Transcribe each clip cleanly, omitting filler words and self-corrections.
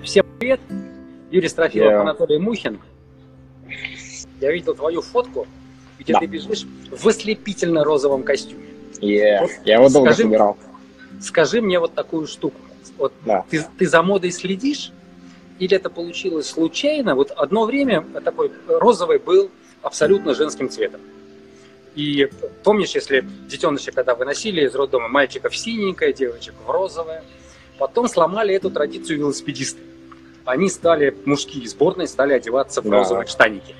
Всем привет, Юрий Строфилов, Я, Анатолий Мухин. Я видел твою фотку, где да, ты бежишь в ослепительно-розовом костюме. Вот я его долго скажи, собирал. скажи мне вот такую штуку. Вот Да. ты за модой следишь, или это получилось случайно? Вот одно время такой розовый был абсолютно женским цветом. И помнишь, если детеныши, когда выносили из роддома, мальчиков синенькое, девочек в розовое, потом сломали эту традицию велосипедисты. Они стали, мужские сборные, стали одеваться в розовые Да. штаники.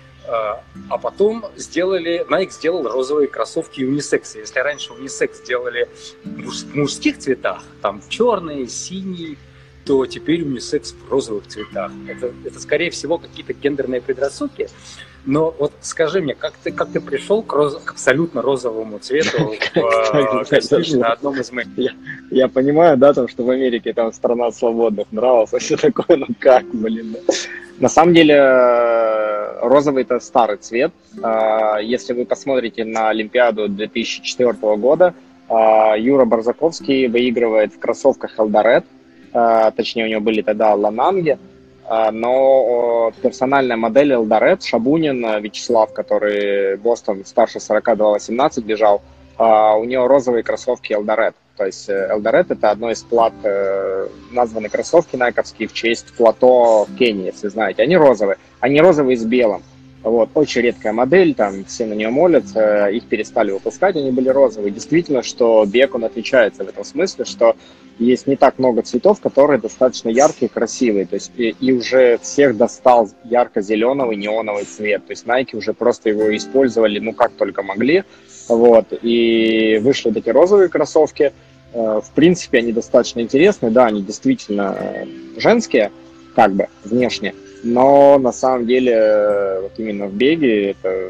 А потом Nike сделал розовые кроссовки унисекс. Если раньше унисекс делали в мужских цветах, там черный, синий, то теперь унисекс в розовых цветах. Это скорее всего, какие-то гендерные предрассудки. Но вот скажи мне, как ты пришел к абсолютно розовому цвету в костюме на одном из моих? Я понимаю, да, там, что в Америке там страна свободных нравов, а все такое, ну как, блин, да. На самом деле розовый это старый цвет. Если вы посмотрите на Олимпиаду 2004 года, Юра Барзаковский выигрывает в кроссовках Элдорет, точнее у него были тогда Лананги, но персональная модель Элдорет, Шабунин Вячеслав, который Бостон старше 42-18 бежал, у него розовые кроссовки Элдорет. То есть Элдорет это одно из плат, названы кроссовки найковские в честь плато в Кении, если знаете. Они розовые с белым. Вот, очень редкая модель, там все на нее молятся, их перестали выпускать, они были розовые. Действительно, что бег, он отличается в этом смысле, что есть не так много цветов, которые достаточно яркие, красивые. То есть и уже всех достал ярко-зеленый неоновый цвет. То есть Nike уже просто его использовали, ну как только могли. Вот, и вышли такие розовые кроссовки. В принципе, они достаточно интересные, да, они действительно женские, как бы, внешне. Но на самом деле, вот именно в беге это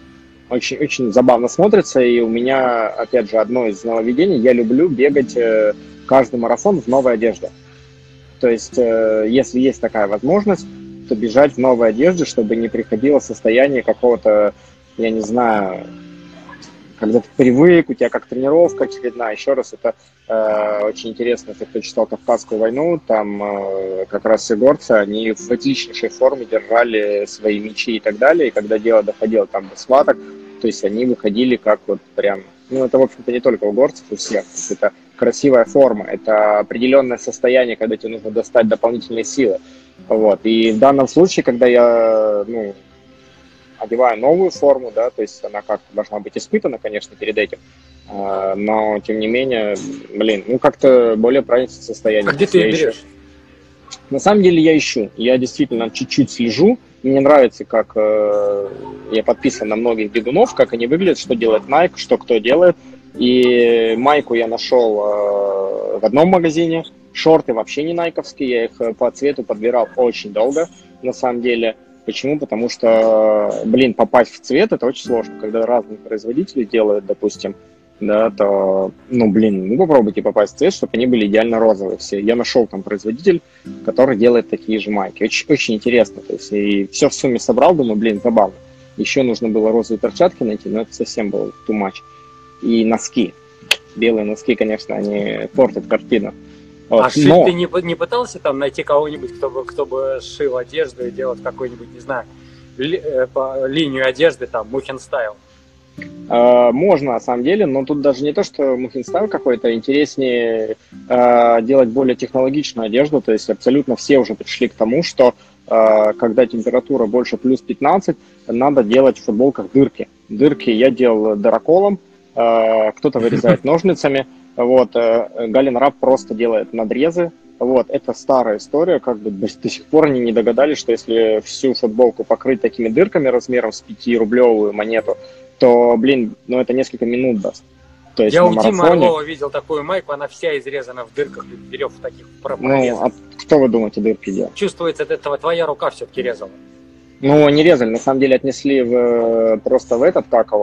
очень забавно смотрится. И у меня, опять же, одно из нововведений, я люблю бегать каждый марафон в новой одежде. То есть, если есть такая возможность, то бежать в новой одежде, чтобы не приходило состояние какого-то, я не знаю, когда ты привык, у тебя как тренировка очередная. Еще раз, это очень интересно, если кто читал Кавказскую войну, там как раз все горцы, они в отличнейшей форме держали свои мечи и так далее, и когда дело доходило там до схваток, то есть они выходили как вот прям, ну это в общем-то не только у горцев, у всех, это красивая форма, это определенное состояние, когда тебе нужно достать дополнительные силы. Вот. И в данном случае, когда я, одеваю новую форму, да, то есть она как-то должна быть испытана, конечно, перед этим, но, тем не менее, как-то более правильное состояние. А где ты их берешь? На самом деле я ищу, я действительно чуть-чуть слежу, мне нравится, как я подписан на многих бегунов, как они выглядят, что делает Nike, что кто делает, и майку я нашел в одном магазине, шорты вообще не найковские, я их по цвету подбирал очень долго, на самом деле. Почему? Потому что, попасть в цвет это очень сложно. Когда разные производители делают, допустим, да, то, попробуйте попасть в цвет, чтобы они были идеально розовые все. Я нашел там производитель, который делает такие же майки. Очень, очень интересно. То есть, и все в сумме собрал, думаю, забавно. Еще нужно было розовые перчатки найти, но это совсем было too much. И носки. Белые носки, конечно, они портят картину. Вот. А шить ты не пытался там найти кого-нибудь, кто бы шил одежду и делать какой-нибудь, не знаю, линию одежды, там, Мухин стайл? Можно, на самом деле, но тут даже не то, что Мухин стайл какой-то, интереснее делать более технологичную одежду, то есть абсолютно все уже пришли к тому, что когда температура больше плюс 15, надо делать в футболках дырки. Дырки я делал дыроколом, кто-то вырезает ножницами. Вот, Галин Раб просто делает надрезы. Вот, это старая история, как бы до сих пор они не догадались, что если всю футболку покрыть такими дырками размером с 5-рублевую монету, то, это несколько минут даст. То есть я у марафоне... Димы Орлова видел такую майку, она вся изрезана в дырках, берев в таких прорезах. А кто вы думаете дырки делал? Чувствуется от этого, твоя рука все-таки резала. Не резали, на самом деле отнесли просто в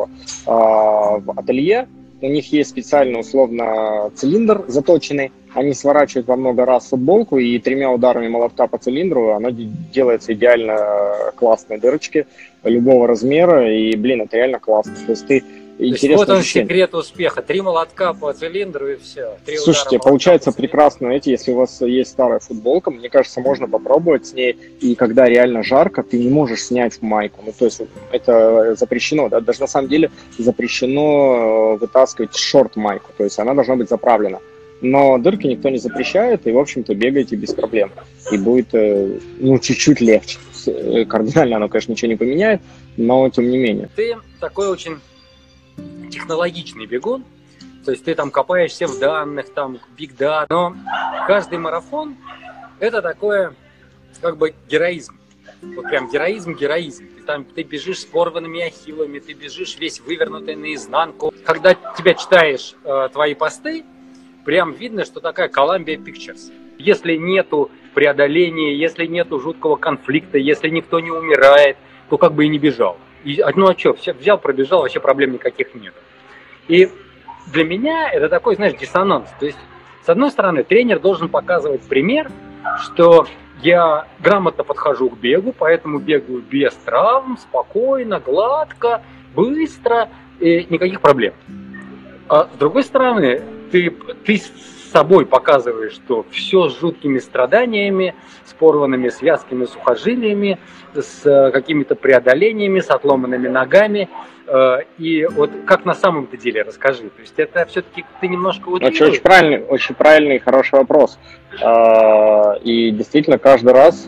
в ателье. У них есть специально, условно, цилиндр заточенный. Они сворачивают во много раз футболку, и 3 ударами молотка по цилиндру оно делается идеально классные дырочки любого размера. И, это реально классно. То есть ты интересное вот он ощущение. секрет успеха. 3 молотка по цилиндру и все. Слушайте, получается прекрасно, знаете, если у вас есть старая футболка, мне кажется, можно попробовать с ней, и когда реально жарко, ты не можешь снять майку. Ну, то есть это запрещено, да? Даже на самом деле запрещено вытаскивать шорт-майку, то есть она должна быть заправлена. Но дырки никто не запрещает, и, в общем-то, бегаете без проблем. И будет, ну, чуть-чуть легче. Кардинально оно, конечно, ничего не поменяет, но тем не менее. Ты такой очень технологичный бегун, то есть ты там копаешься в данных, там, биг дата, но каждый марафон это такое, как бы, героизм. Вот прям героизм. Ты бежишь с порванными ахиллами, ты бежишь весь вывернутый наизнанку. Когда тебя читаешь твои посты, прям видно, что такая Columbia Pictures. Если нету преодоления, если нету жуткого конфликта, если никто не умирает, то как бы и не бежал. Ну а что, взял, пробежал, вообще проблем никаких нет. И для меня это такой, знаешь, диссонанс. То есть, с одной стороны, тренер должен показывать пример, что я грамотно подхожу к бегу, поэтому бегаю без травм, спокойно, гладко, быстро, и никаких проблем. А с другой стороны, ты с собой показываешь, что все с жуткими страданиями, с порванными связками, сухожилиями, с какими-то преодолениями, с отломанными ногами. И вот как на самом-то деле, расскажи. То есть это все-таки ты немножко утрируешь? Очень правильный, хороший вопрос. И действительно каждый раз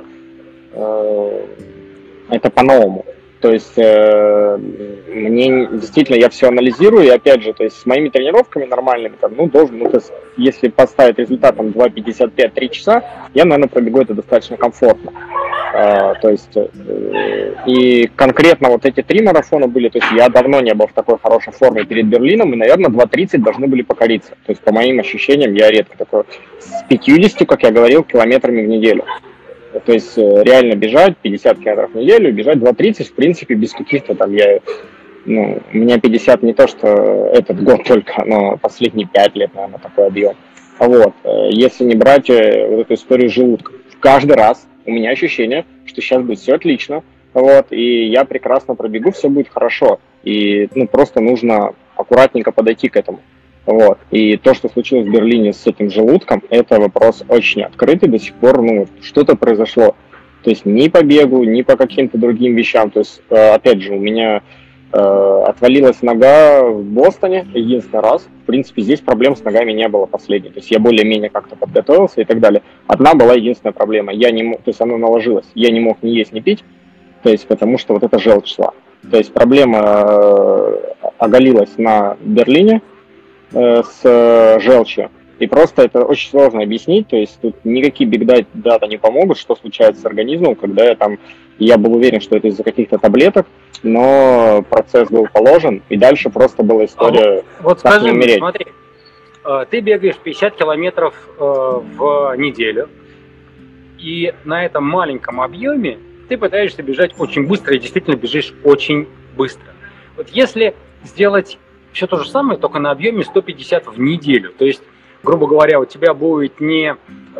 это по-новому. То есть мне действительно, я все анализирую, и опять же, то есть с моими тренировками нормальными, там, ну, то есть, если поставить результат там 2:55, 3 часа, я, наверное, пробегу это достаточно комфортно. То есть, и конкретно вот эти 3 марафона были, то есть я давно не был в такой хорошей форме перед Берлином, и, наверное, 2:30 должны были покориться. То есть, по моим ощущениям, я редко такой, с 50, как я говорил, километрами в неделю. То есть реально бежать 50 километров в неделю, бежать 2:30, в принципе, без каких-то там, у меня 50 не то, что этот год только, но последние 5 лет, наверное, такой объем. Вот, если не брать вот эту историю желудка. Каждый раз у меня ощущение, что сейчас будет все отлично, вот, и я прекрасно пробегу, все будет хорошо, и, просто нужно аккуратненько подойти к этому. Вот. И то, что случилось в Берлине с этим желудком, это вопрос очень открытый до сих пор, что-то произошло. То есть ни по бегу, ни по каким-то другим вещам. То есть, опять же, у меня отвалилась нога в Бостоне единственный раз. В принципе, здесь проблем с ногами не было последней. То есть я более-менее как-то подготовился и так далее. Одна была единственная проблема. Я не мог, то есть она наложилась. Я не мог ни есть, ни пить, то есть потому что вот эта желчь шла. То есть проблема оголилась на Берлине с желчью. И просто это очень сложно объяснить, то есть тут никакие биг-дата не помогут, что случается с организмом, когда я был уверен, что это из-за каких-то таблеток, но процесс был положен, и дальше просто была история, вот как скажи не умереть. Мне, смотри, ты бегаешь 50 километров в неделю, и на этом маленьком объеме ты пытаешься бежать очень быстро, и действительно бежишь очень быстро. Вот если сделать все то же самое, только на объеме 150 в неделю. То есть, грубо говоря, у тебя будет не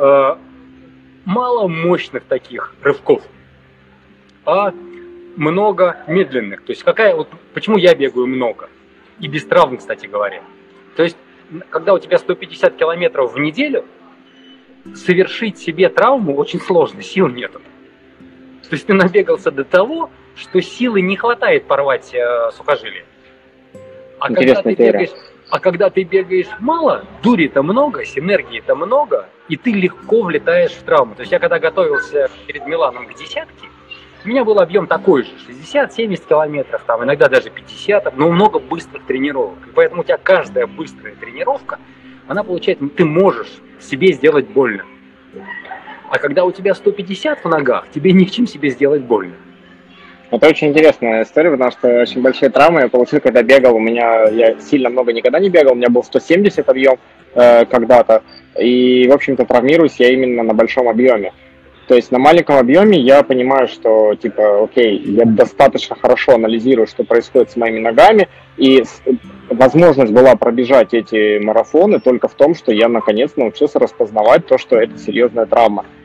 мало мощных таких рывков, а много медленных. То есть, почему я бегаю много? И без травм, кстати говоря. То есть, когда у тебя 150 километров в неделю, совершить себе травму очень сложно, сил нету. То есть, ты набегался до того, что силы не хватает порвать сухожилие. А когда ты бегаешь мало, дури-то много, синергии-то много, и ты легко влетаешь в травму. То есть я когда готовился перед Миланом к десятке, у меня был объем такой же, 60-70 километров, там, иногда даже 50, но много быстрых тренировок. И поэтому у тебя каждая быстрая тренировка, она получает, ты можешь себе сделать больно. А когда у тебя 150 в ногах, тебе ни в чем себе сделать больно. Это очень интересная история, потому что очень большие травмы я получил, когда бегал. Я сильно много никогда не бегал, у меня был 170 объем когда-то. И, в общем-то, травмируюсь я именно на большом объеме. То есть на маленьком объеме я понимаю, что, окей, я достаточно хорошо анализирую, что происходит с моими ногами. И возможность была пробежать эти марафоны только в том, что я, наконец, научился распознавать то, что это серьезная травма.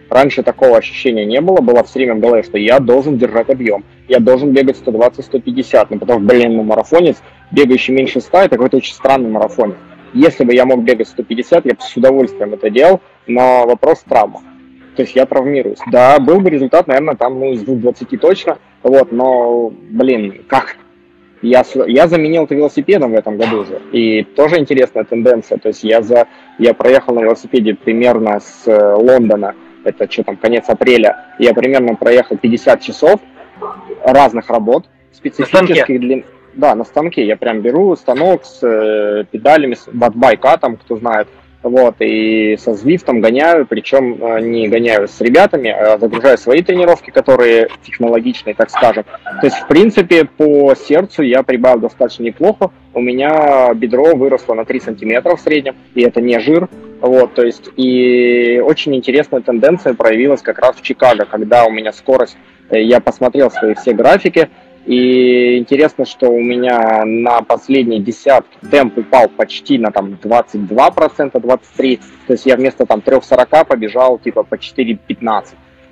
Раньше такого ощущения не было, было все время в голове, что я должен держать объем, я должен бегать 120-150, но потом, марафонец, бегающий меньше 100, это какой-то очень странный марафонец. Если бы я мог бегать 150, я бы с удовольствием это делал, но вопрос травма. То есть я травмируюсь. Да, был бы результат, наверное, там, из 2:20 точно, но, как? Я заменил это велосипедом в этом году уже, и тоже интересная тенденция, то есть я проехал на велосипеде примерно с Лондона, это конец апреля, я примерно проехал 50 часов разных работ, специфических длин. Да, на станке, я прям беру станок с педалями, с батбайкатом, кто знает, и со Zwift гоняю, причем не гоняю с ребятами, а загружаю свои тренировки, которые технологичные, так скажем. То есть, в принципе, по сердцу я прибавил достаточно неплохо, у меня бедро выросло на 3 сантиметра в среднем, и это не жир, то есть, и очень интересная тенденция проявилась как раз в Чикаго, когда у меня скорость, я посмотрел свои все графики, и интересно, что у меня на последней десятке темп упал почти на 22%, 23%. То есть я вместо 3:40 побежал по 4:15.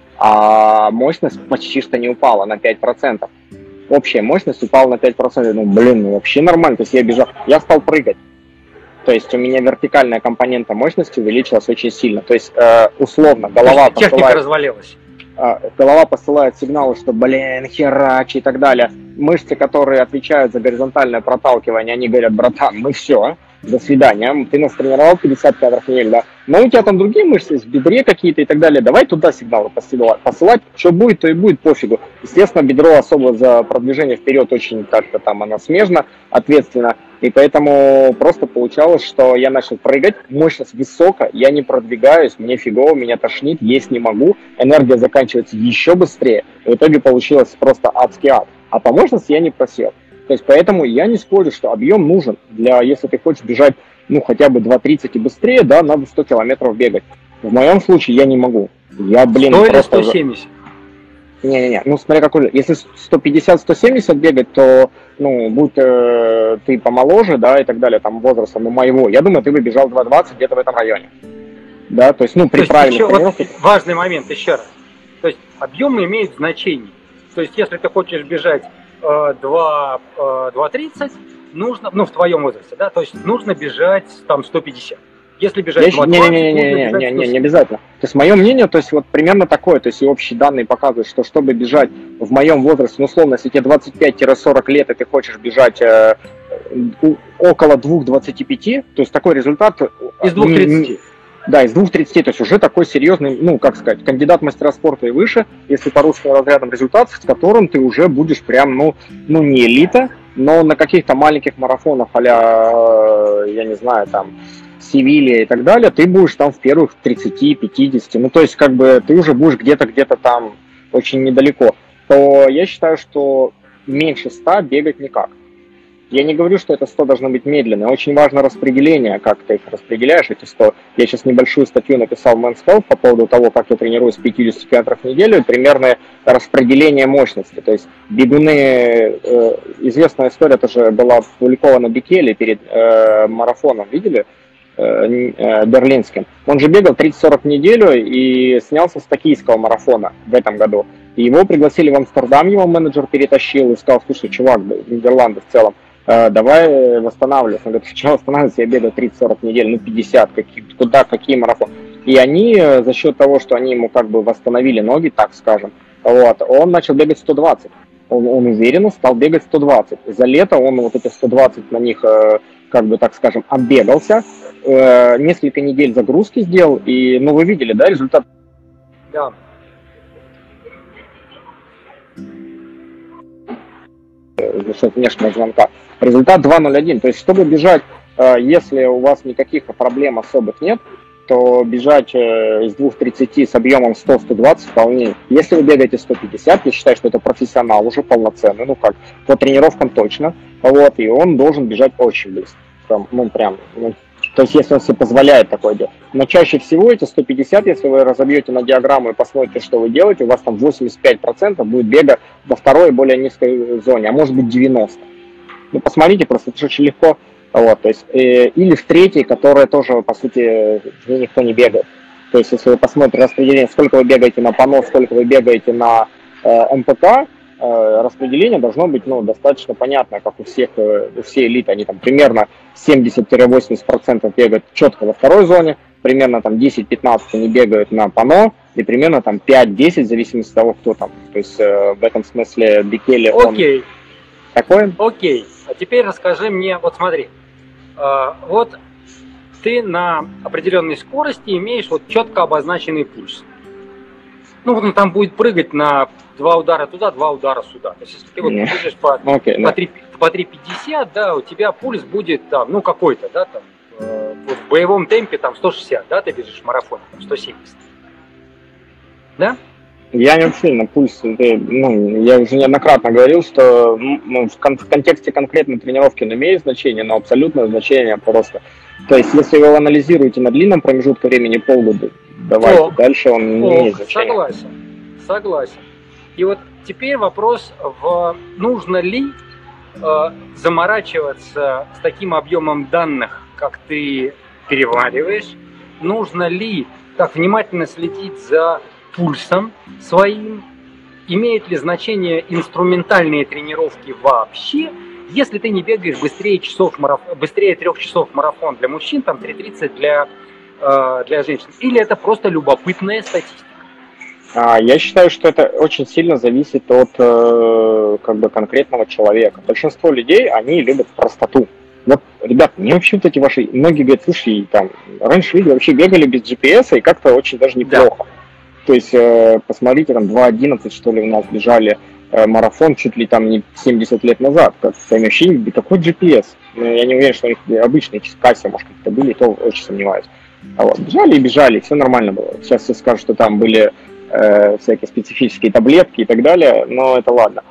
А мощность почти что не упала на 5%. Общая мощность упала на 5%. Вообще нормально. То есть я бежал, я стал прыгать. То есть у меня вертикальная компонента мощности увеличилась очень сильно. То есть условно голова техника развалилась. Голова посылает сигналы, что, херач и так далее. Мышцы, которые отвечают за горизонтальное проталкивание, они говорят: братан, мы все, до свидания, ты нас тренировал 50 кадров в неделю, да? Но у тебя там другие мышцы, в бедре какие-то и так далее, давай туда сигналы посылать, что будет, то и будет, пофигу. Естественно, бедро особо за продвижение вперед очень как-то оно смежно, ответственно, и поэтому просто получалось, что я начал прыгать, мощность высокая, я не продвигаюсь, мне фигово, меня тошнит, есть не могу, энергия заканчивается еще быстрее, в итоге получилось просто адский ад, а по мощности я не просел. То есть поэтому я не спорю, что объем нужен если ты хочешь бежать, хотя бы 2:30 и быстрее, да, надо 100 километров бегать. В моем случае я не могу. Я, 100 или 170? Не-не-не, смотри, если 150-170 бегать, то, будь ты помоложе, да, и так далее, возраста, моего, я думаю, ты бы бежал 2:20 где-то в этом районе. Да, то есть, при правильных тренировках. Важный момент еще раз. То есть объем имеет значение. То есть если ты хочешь бежать 2:30, нужно, в твоем возрасте, да, то есть нужно бежать 150. Если бежать 2:20, не обязательно. То есть мое мнение, то есть примерно такое, то есть и общие данные показывают, что чтобы бежать в моем возрасте, условно, если тебе 25-40 лет, и ты хочешь бежать около 2:25, то есть такой результат... Из 2:30. Да, из 2:30, то есть уже такой серьезный, кандидат мастера спорта и выше, если по русским разрядам результат, с которым ты уже будешь прям, не элита, но на каких-то маленьких марафонах а-ля, я не знаю, Севилья и так далее, ты будешь в первых 30-50, то есть ты уже будешь где-то там очень недалеко, то я считаю, что меньше 100 бегать никак. Я не говорю, что это 100 должно быть медленно. Очень важно распределение, как ты их распределяешь, эти 100. Я сейчас небольшую статью написал в Men's Health по поводу того, как я тренируюсь 50 километров в неделю, примерное распределение мощности. То есть бегуны, известная история тоже была опубликована Беккелли перед марафоном, видели? Берлинским. Он же бегал 30-40 в неделю и снялся с токийского марафона в этом году. И его пригласили в Амстердам, его менеджер перетащил и сказал: слушай, чувак, Нидерланды в целом, давай восстанавливаться. Он говорит: что восстанавливаться, я бегаю 30-40 в неделю, 50, какие марафоны. И они, за счет того, что они ему восстановили ноги, так скажем, он начал бегать 120. Он уверенно стал бегать 120. За лето он эти 120 на них, так скажем, оббегался, несколько недель загрузки сделал, и, вы видели, да, результат? Да. За счет внешнего звонка. Результат 2:01. То есть, чтобы бежать, если у вас никаких проблем особых нет, то бежать из 2:30 с объемом 100-120 вполне. Если вы бегаете 150, я считаю, что это профессионал уже полноценный, по тренировкам точно, и он должен бежать очень быстро. То есть, если он себе позволяет такое делать. Но чаще всего эти 150, если вы разобьете на диаграмму и посмотрите, что вы делаете, у вас 85% будет бега во второй и более низкой зоне, а может быть 90%. Посмотрите, просто это очень легко. То есть, или в третьей, которая тоже, по сути, никто не бегает. То есть, если вы посмотрите распределение, сколько вы бегаете на ПАНО, сколько вы бегаете на МПК, распределение должно быть, ну, достаточно понятно, как у всей элиты. Они там примерно 70-80% бегают четко во второй зоне, примерно там 10-15 они бегают на ПАНО, и примерно там 5-10, в зависимости от того, кто там. То есть в этом смысле Бекеле, он... Окей. Такой? Окей. А теперь расскажи мне, вот смотри, вот ты на определенной скорости имеешь вот четко обозначенный пульс. Ну, вот он там будет прыгать на 2 удара туда, 2 удара сюда. То есть, если ты вот бежишь по 3,50, да, у тебя пульс будет там, ну, какой-то, да, там, вот в боевом темпе там 160, да, ты бежишь в марафоне, там 170. Да? Я не очень на пульс, ну, я уже неоднократно говорил, что в контексте конкретной тренировки он имеет значение, но абсолютное значение просто. То есть, если вы его анализируете на длинном промежутке времени, полгода, давайте, дальше он не имеет значения. Согласен. И вот теперь вопрос, нужно ли заморачиваться с таким объемом данных, как ты перевариваешь, нужно ли так внимательно следить за пульсом своим, имеют ли значение инструментальные тренировки вообще, если ты не бегаешь быстрее 3 часов марафон для мужчин, там 3:30 для женщин, или это просто любопытная статистика? Я считаю, что это очень сильно зависит от как бы конкретного человека. Большинство людей, они любят простоту. Вот, ребят, мне вообще вот эти ваши, многие говорят, слушай, там, раньше люди вообще бегали без GPS и как-то очень даже неплохо. Да. То есть, посмотрите, там 2:11, что ли, у нас бежали марафон чуть ли там не 70 лет назад. Вообще какой GPS? Я не уверен, что у них обычные кассы, может, какие-то были, то очень сомневаюсь. Вот. Бежали и бежали, все нормально было. Сейчас все скажут, что там были всякие специфические таблетки и так далее, но это ладно.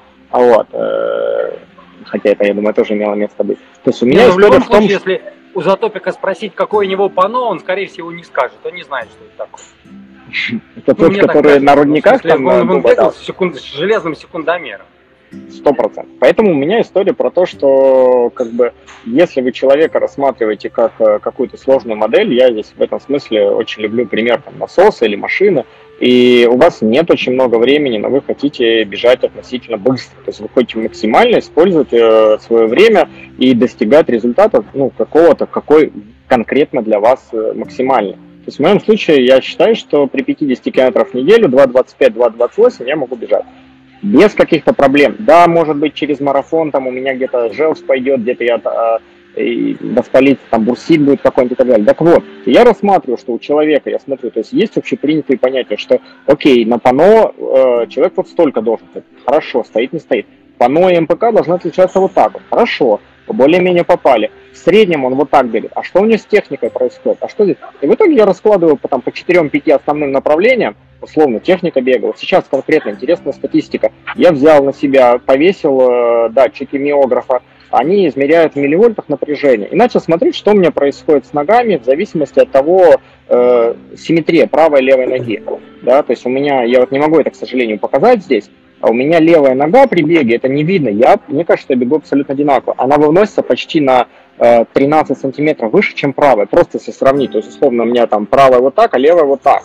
Хотя это, я думаю, тоже имело место быть. То есть у меня в любом случае, если у Затопика спросить, какое у него пано, он, скорее всего, не скажет. Он не знает, что это такое. Это тот, который на рудниках там... Он бегал с железным секундомером. 100%. Поэтому у меня история про то, что как бы если вы человека рассматриваете как какую-то сложную модель, я здесь в этом смысле очень люблю пример там, насоса или машины, и у вас нет очень много времени, но вы хотите бежать относительно быстро. То есть вы хотите максимально использовать свое время и достигать результата, ну, какого-то, какой конкретно для вас максимальный. То есть в моем случае я считаю, что при 50 километров в неделю, 2:25, 2:28 я могу бежать. Без каких-то проблем. Да, может быть, через марафон там у меня где-то желчь пойдет, где-то я воспалить, там бурсит будет какой-нибудь и так далее. Так вот, я рассматриваю, что у человека, я смотрю, то есть есть общепринятые понятия, что окей, на ПАНО человек вот столько должен. Хорошо, стоит, не стоит. ПАНО и МПК должны отличаться вот так вот. Хорошо, более-менее попали. В среднем он вот так бегает. А что у него с техникой происходит? А что здесь? И в итоге я раскладываю по 4-5 основным направлениям, условно, техника бега. Вот сейчас конкретно интересная статистика. Я взял на себя, повесил датчики миографа, они измеряют в милливольтах напряжение. И начал смотреть, что у меня происходит с ногами в зависимости от того, симметрия правой и левой ноги. Да? То есть у меня, я вот не могу это, к сожалению, показать здесь, а у меня левая нога при беге, это не видно. Мне кажется, я бегу абсолютно одинаково. Она выносится почти на 13 сантиметров выше, чем правая. Просто если сравнить. То есть, условно, у меня там правая вот так, а левая вот так.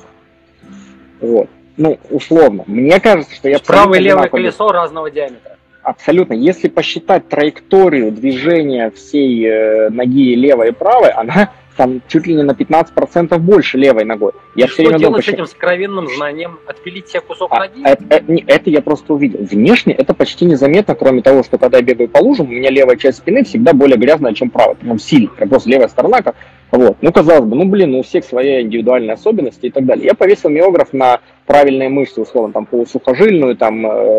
Вот. Ну, условно. Мне кажется, что я... Правое и левое колесо разного диаметра. Абсолютно. Если посчитать траекторию движения всей ноги левой и правой, она там чуть ли не на 15% больше левой ногой. Я что делать с этим сокровенным знанием? Отпилить себе кусок ноги? Это я просто увидел. Внешне это почти незаметно, кроме того, что когда я бегаю по лужам, у меня левая часть спины всегда более грязная, чем правая. Прям сильно. Прям просто левая сторона. Вот. Ну, казалось бы, у всех свои индивидуальные особенности и так далее. Я повесил миограф на правильные мышцы, условно, там, полусухожильную, там,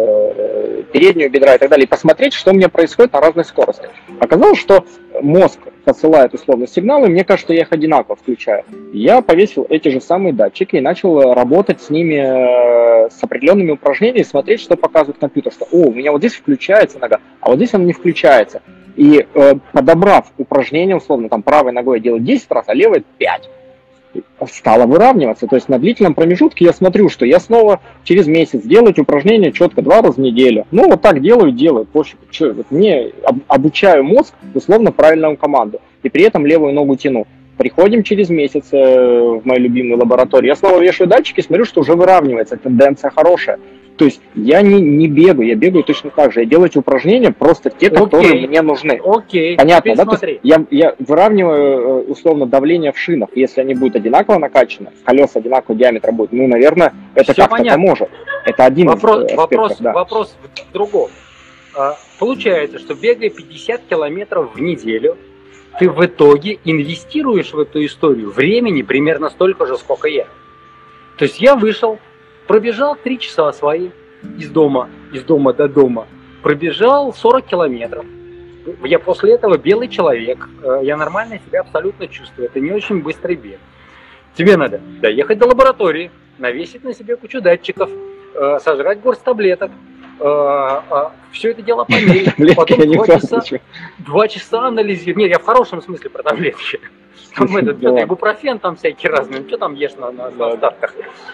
переднюю бедра и так далее, и посмотреть, что у меня происходит на разной скорости. Оказалось, что мозг посылает, условно, сигналы, мне кажется, я их одинаково включаю. Я повесил эти же самые датчики и начал работать с ними, с определенными упражнениями, смотреть, что показывает компьютер, что, у меня вот здесь включается нога, а вот здесь она не включается. И подобрав упражнение, условно, там правой ногой я делаю 10 раз, а левой 5, стало выравниваться. То есть на длительном промежутке я смотрю, что я снова через месяц делаю упражнения четко 2 раза в неделю. Ну, вот так делаю. Вот мне обучаю мозг условно правильному команду. И при этом левую ногу тяну. Приходим через месяц в мою любимую лабораторию, я снова вешаю датчики, смотрю, что уже выравнивается, тенденция хорошая. То есть я не бегаю, я бегаю точно так же. Я делаю эти упражнения просто те, которые мне нужны. Окей, понятно, да? Смотри. Я выравниваю условно давление в шинах. Если они будут одинаково накачаны, колеса одинакового диаметра будут, ну, наверное, это как-то поможет. Это один вопрос в другом. Получается, что бегая 50 километров в неделю, ты в итоге инвестируешь в эту историю времени примерно столько же, сколько я. То есть я вышел, пробежал 3 часа свои из дома до дома, пробежал 40 километров. Я после этого белый человек, я нормально себя абсолютно чувствую, это не очень быстрый бег. Тебе надо доехать до лаборатории, навесить на себе кучу датчиков, сожрать горсть таблеток, все это дело померить, потом 2 часа анализировать. Нет, я в хорошем смысле про таблетки. Там этот ибупрофен, там всякие разные, что там ешь на стартах.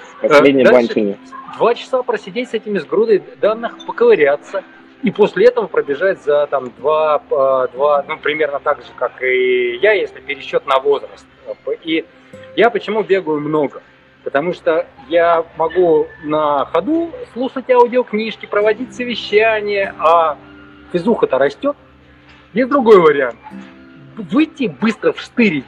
Дальше 2 часа просидеть с этими с грудой данных, поковыряться. И после этого пробежать за там, 2, ну, примерно так же, как и я, если пересчет на возраст. И я почему бегаю много? Потому что я могу на ходу слушать аудиокнижки, проводить совещания, а физуха-то растет. Есть другой вариант. Выйти быстро вштырить,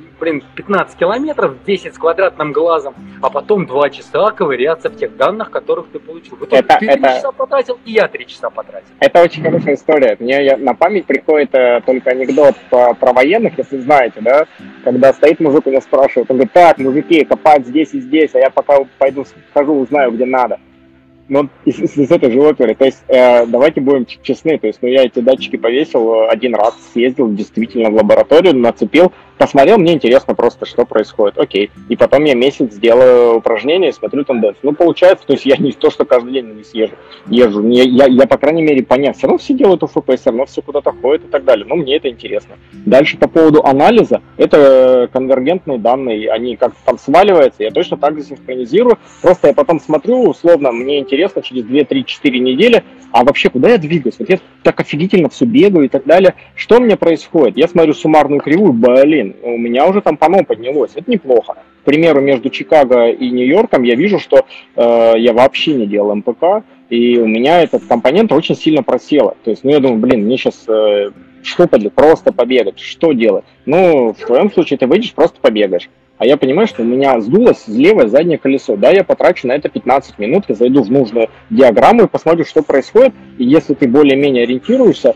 15 километров, 10 с квадратным глазом, а потом 2 часа ковыряться в тех данных, которых ты получил. В итоге ты 3 часа потратил, и я 3 часа потратил. Это очень хорошая история. Мне на память приходит только анекдот про военных, если знаете, да, когда стоит мужик, у него спрашивает, он говорит, так, мужики, копать здесь и здесь, а я пока пойду схожу, узнаю, где надо. Ну, из этой же оперы. То есть, давайте будем честны. То есть, я эти датчики повесил один раз, съездил действительно в лабораторию, нацепил, посмотрел, мне интересно просто, что происходит. Окей. И потом я месяц делаю упражнения и смотрю тенденцию. Ну, получается, то есть, я не то, что каждый день не езжу. Я, по крайней мере, понятно. Все равно все делают УФП, все равно все куда-то ходят и так далее. Но мне это интересно. Дальше по поводу анализа. Это конвергентные данные. Они как-то там сваливаются. Я точно так же синхронизирую. Просто я потом смотрю, условно, мне интересно через 2-3-4 недели, а вообще куда я двигаюсь? Вот я так офигительно все бегаю и так далее. Что у меня происходит? Я смотрю суммарную кривую, блин, у меня уже там пано поднялось. Это неплохо. К примеру, между Чикаго и Нью-Йорком я вижу, что я вообще не делал МПК, и у меня этот компонент очень сильно просело. То есть, я думаю, блин, мне сейчас что поделать? Просто побегать. Что делать? Ну, в твоем случае ты выйдешь, просто побегаешь. А я понимаю, что у меня сдулось левое заднее колесо. Да, я потрачу на это 15 минут, я зайду в нужную диаграмму и посмотрю, что происходит. И если ты более-менее ориентируешься,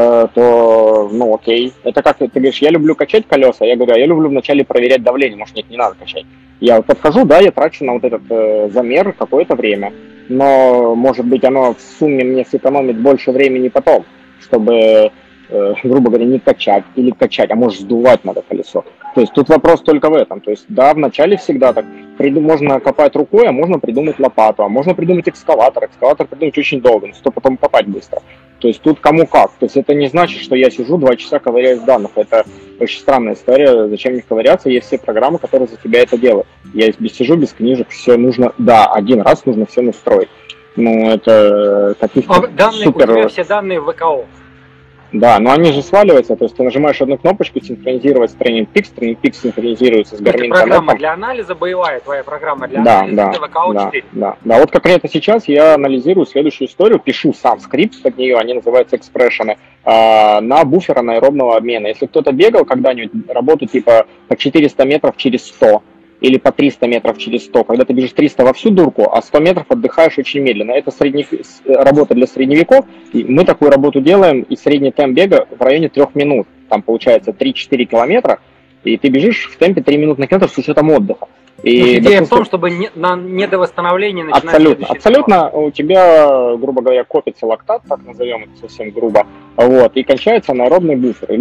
то, ну, окей. Это как ты говоришь, я люблю качать колеса. Я говорю, я люблю вначале проверять давление. Может, нет, не надо качать. Я подхожу, да, я трачу на вот этот замер какое-то время. Но, может быть, оно в сумме мне сэкономит больше времени потом, чтобы, грубо говоря, не качать или качать, а может сдувать надо колесо. То есть тут вопрос только в этом. То есть, да, вначале всегда так. Можно копать рукой, а можно придумать лопату, а можно придумать экскаватор. Экскаватор придумать очень долго, но зато потом копать быстро. То есть тут кому как. То есть это не значит, что я сижу 2 часа ковыряюсь в данных. Это очень странная история. Зачем мне ковыряться? Есть все программы, которые за тебя это делают. Я сижу без книжек, все нужно, да, один раз нужно все настроить. Ну, это каких-то супер... У тебя все данные в ВКО. Да, но они же сваливаются, то есть ты нажимаешь одну кнопочку синхронизировать с Training Peaks синхронизируется с Garmin Connect. Программа для анализа боевая, твоя программа для анализа ВКО 4. Да. Вот конкретно сейчас я анализирую следующую историю, пишу сам скрипт под нее, они называются экспрессионы, на буфер анаэробного обмена. Если кто-то бегал когда-нибудь работу типа по 400 метров через 100, или по 300 метров через 100, когда ты бежишь 300 во всю дурку, а 100 метров отдыхаешь очень медленно. Это работа для средневеков, и мы такую работу делаем, и средний темп бега в районе 3 минут. Там получается 3-4 километра, и ты бежишь в темпе 3 минуты на километр с учетом отдыха. И идея в том, чтобы на недовосстановление начинать абсолютно у тебя, грубо говоря, копится лактат, так назовем это совсем грубо, вот, и кончается анаэробный буфер. И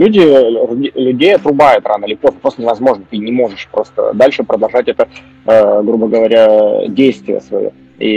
людей отрубает рано или поздно, просто невозможно, ты не можешь просто дальше продолжать это, грубо говоря, действие свое.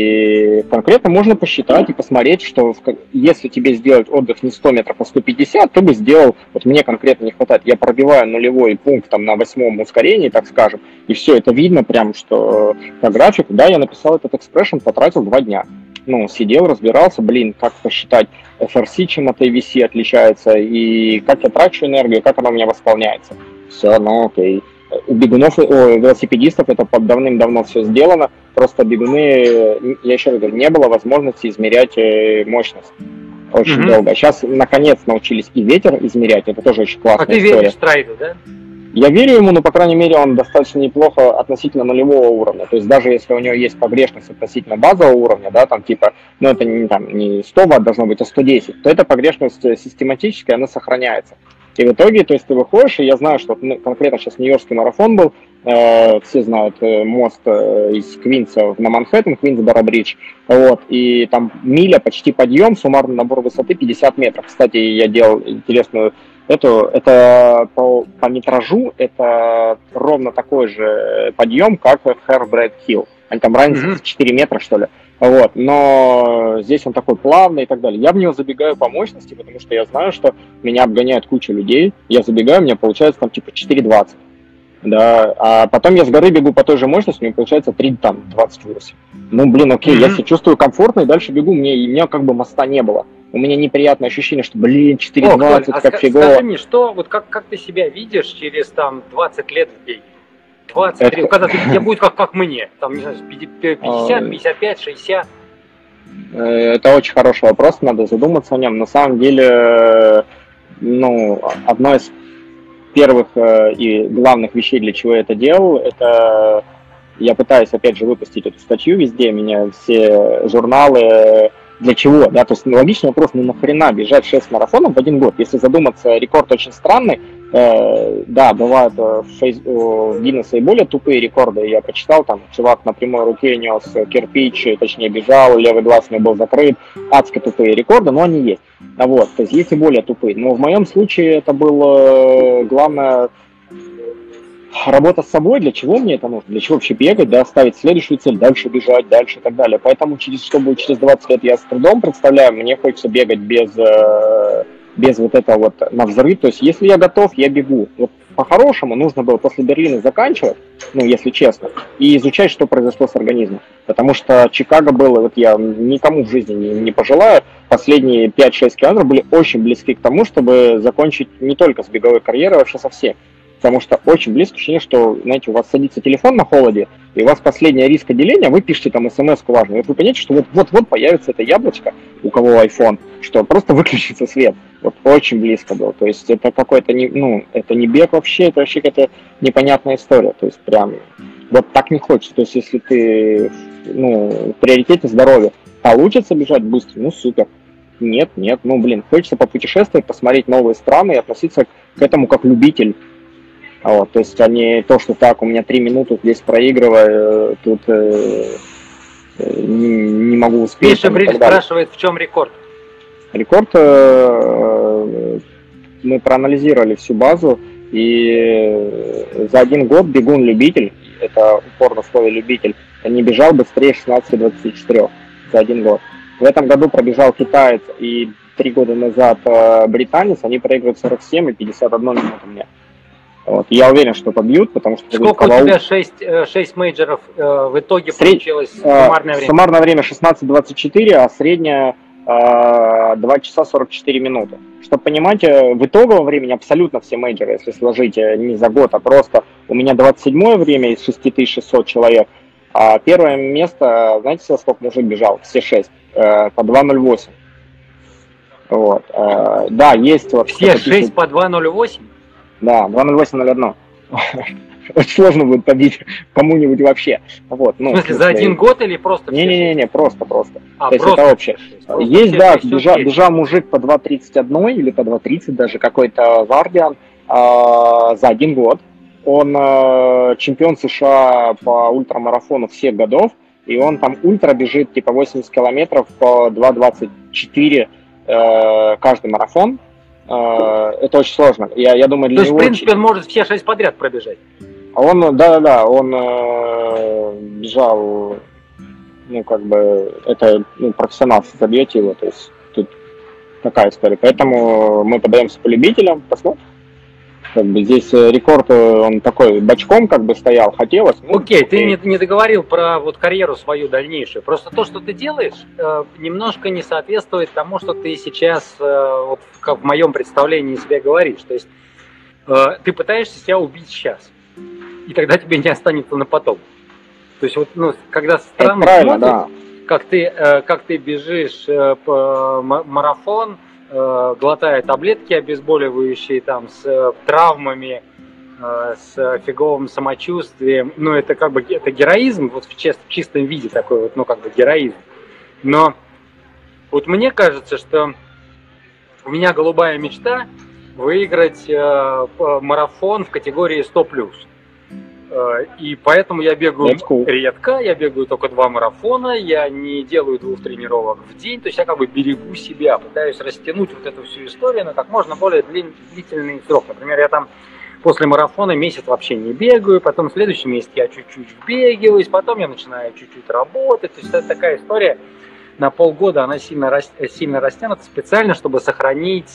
И конкретно можно посчитать и посмотреть, что если тебе сделать отдых не 100 метров, а 150, ты бы сделал, вот мне конкретно не хватает, я пробиваю нулевой пункт там на 8-м ускорении, так скажем, и все, это видно прям, что по графику, да, я написал этот экспрессион, потратил 2 дня. Ну, сидел, разбирался, как посчитать FRC, чем от AVC отличается, и как я трачу энергию, как она у меня восполняется. Все, ну окей. у бегунов, у велосипедистов это давным-давно все сделано, просто бегуны, я еще раз говорю, не было возможности измерять мощность очень долго. Сейчас, наконец, научились и ветер измерять, это тоже очень классная история. А ты веришь Страйду, да? Я верю ему, но, по крайней мере, он достаточно неплохо относительно нулевого уровня. То есть даже если у него есть погрешность относительно базового уровня, да, там типа, ну это не, там, не 100 Вт должно быть, а 110, то эта погрешность систематическая, она сохраняется. И в итоге, то есть ты выходишь, и я знаю, что конкретно сейчас Нью-Йоркский марафон был, все знают мост из Квинса на Манхэттен, Квинсборо-бридж, вот, и там миля, почти подъем, суммарный набор высоты 50 метров. Кстати, я делал интересную это по метражу, это ровно такой же подъем, как Herbert Hill. Они там разница 4 метра, что ли. Вот. Но здесь он такой плавный и так далее. Я в него забегаю по мощности, потому что я знаю, что меня обгоняет куча людей. Я забегаю, у меня получается там типа 4,20. Да, а потом я с горы бегу по той же мощности, у меня получается 3,28. Ну, блин, окей, я себя чувствую комфортно и дальше бегу, у меня как бы моста не было. У меня неприятное ощущение, что, блин, 4,20, как фигово. Скажи мне, что, вот как ты себя видишь через там 20 лет в беге? 23, когда тебе будет как мне, там, не знаю, 50, 55, 60? Это очень хороший вопрос, надо задуматься о нем. На самом деле, ну, одно из первых и главных вещей, для чего я это делал, это я пытаюсь, опять же, выпустить эту статью везде, меня все журналы, для чего, да, то есть логичный вопрос, ну нахрена бежать 6 марафонов в один год, если задуматься, рекорд очень странный, да, бывают в Гиннессе и более тупые рекорды, я почитал, там, чувак на прямой руке нес кирпич, точнее бежал, левый глаз у него был закрыт, адски тупые рекорды, но они есть, вот, то есть есть и более тупые, но в моем случае это было главное работа с собой, для чего мне это нужно, для чего вообще бегать, да, ставить следующую цель, дальше бежать, дальше и так далее. Поэтому что будет через 20 лет, я с трудом представляю, мне хочется бегать без вот этого вот навзрыв. То есть если я готов, я бегу. Вот по-хорошему нужно было после Берлина заканчивать, ну, если честно, и изучать, что произошло с организмом. Потому что Чикаго было, вот я никому в жизни не пожелаю, последние 5-6 километров были очень близки к тому, чтобы закончить не только с беговой карьерой, а вообще со всем. Потому что очень близко ощущение, что, знаете, у вас садится телефон на холоде, и у вас последнее рискоделение, вы пишете там смс-ку важную, и вы понимаете, что вот появится это яблочко, у кого iPhone, что просто выключится свет. Вот очень близко было. То есть это какой-то, это не бег вообще, это вообще какая-то непонятная история. То есть прям вот так не хочется. То есть если ты, в приоритете здоровье, получится бежать быстро, ну супер. Нет, хочется попутешествовать, посмотреть новые страны и относиться к этому как любитель. Вот, то есть, а не то, что так, у меня 3 минуты здесь проигрываю, тут не могу успеть. Миша Бриль спрашивает, в чем рекорд? Рекорд, мы проанализировали всю базу, и за 1 год бегун-любитель, это упорно слово любитель, не бежал быстрее 16:24 за 1 год. В этом году пробежал китаец и 3 года назад британец, они проигрывают 47 и 51 минуту мне. Вот. Я уверен, что побьют, потому что... Сколько у тебя 6 мейджоров в итоге получилось суммарное время? Суммарное время 16:24, а среднее 2 часа 44 минуты. Чтобы понимать, в итоговом времени абсолютно все мейджоры, если сложить не за год, а просто у меня 27-е время из 6600 человек, а первое место, знаете, со сколько мужик бежал? Все 6, по 2:08. Вот. Да, есть... Вот, все 6 по 2:08? Да, 2:08:01. Очень сложно будет побить кому-нибудь вообще. Вот, в смысле, за 1 год или просто? Не, просто. То есть просто это общее. Есть, да, бежал мужик по 2:31 или по 2:30 даже, какой-то Вардиан за 1 год. Он чемпион США по ультрамарафону всех годов, и он там ультра бежит типа 80 километров по 2:24 каждый марафон. Это очень сложно. Я думаю, для него... То есть, в принципе, он может все 6 подряд пробежать? Он бежал, это профессионал, забьете его, то есть тут такая история. Поэтому мы подаемся по любителям, посмотрим. Здесь рекорд, он такой бочком стоял, хотелось. Окей, ты не договорил про вот карьеру свою дальнейшую. Просто то, что ты делаешь, немножко не соответствует тому, что ты сейчас, вот как в моем представлении себе говоришь. То есть ты пытаешься себя убить сейчас. и тогда тебе не останется на потом. То есть вот, ну, когда странно правильно, смотришь, да. как ты бежишь по марафон, глотая таблетки обезболивающие, там, с травмами, с фиговым самочувствием, ну, это как бы, это героизм, вот в чистом виде такой вот, ну, как бы героизм. Но вот мне кажется, что у меня голубая мечта выиграть марафон в категории 100+. И поэтому я бегаю редко, я бегаю только 2 марафона, я не делаю 2 тренировок в день, то есть я как бы берегу себя, пытаюсь растянуть вот эту всю историю на как можно более длительный срок. Например, я там после марафона месяц вообще не бегаю, потом в следующий месяц я чуть-чуть вбегиваюсь, потом я начинаю чуть-чуть работать, то есть это такая история. На полгода она сильно растянута специально, чтобы сохранить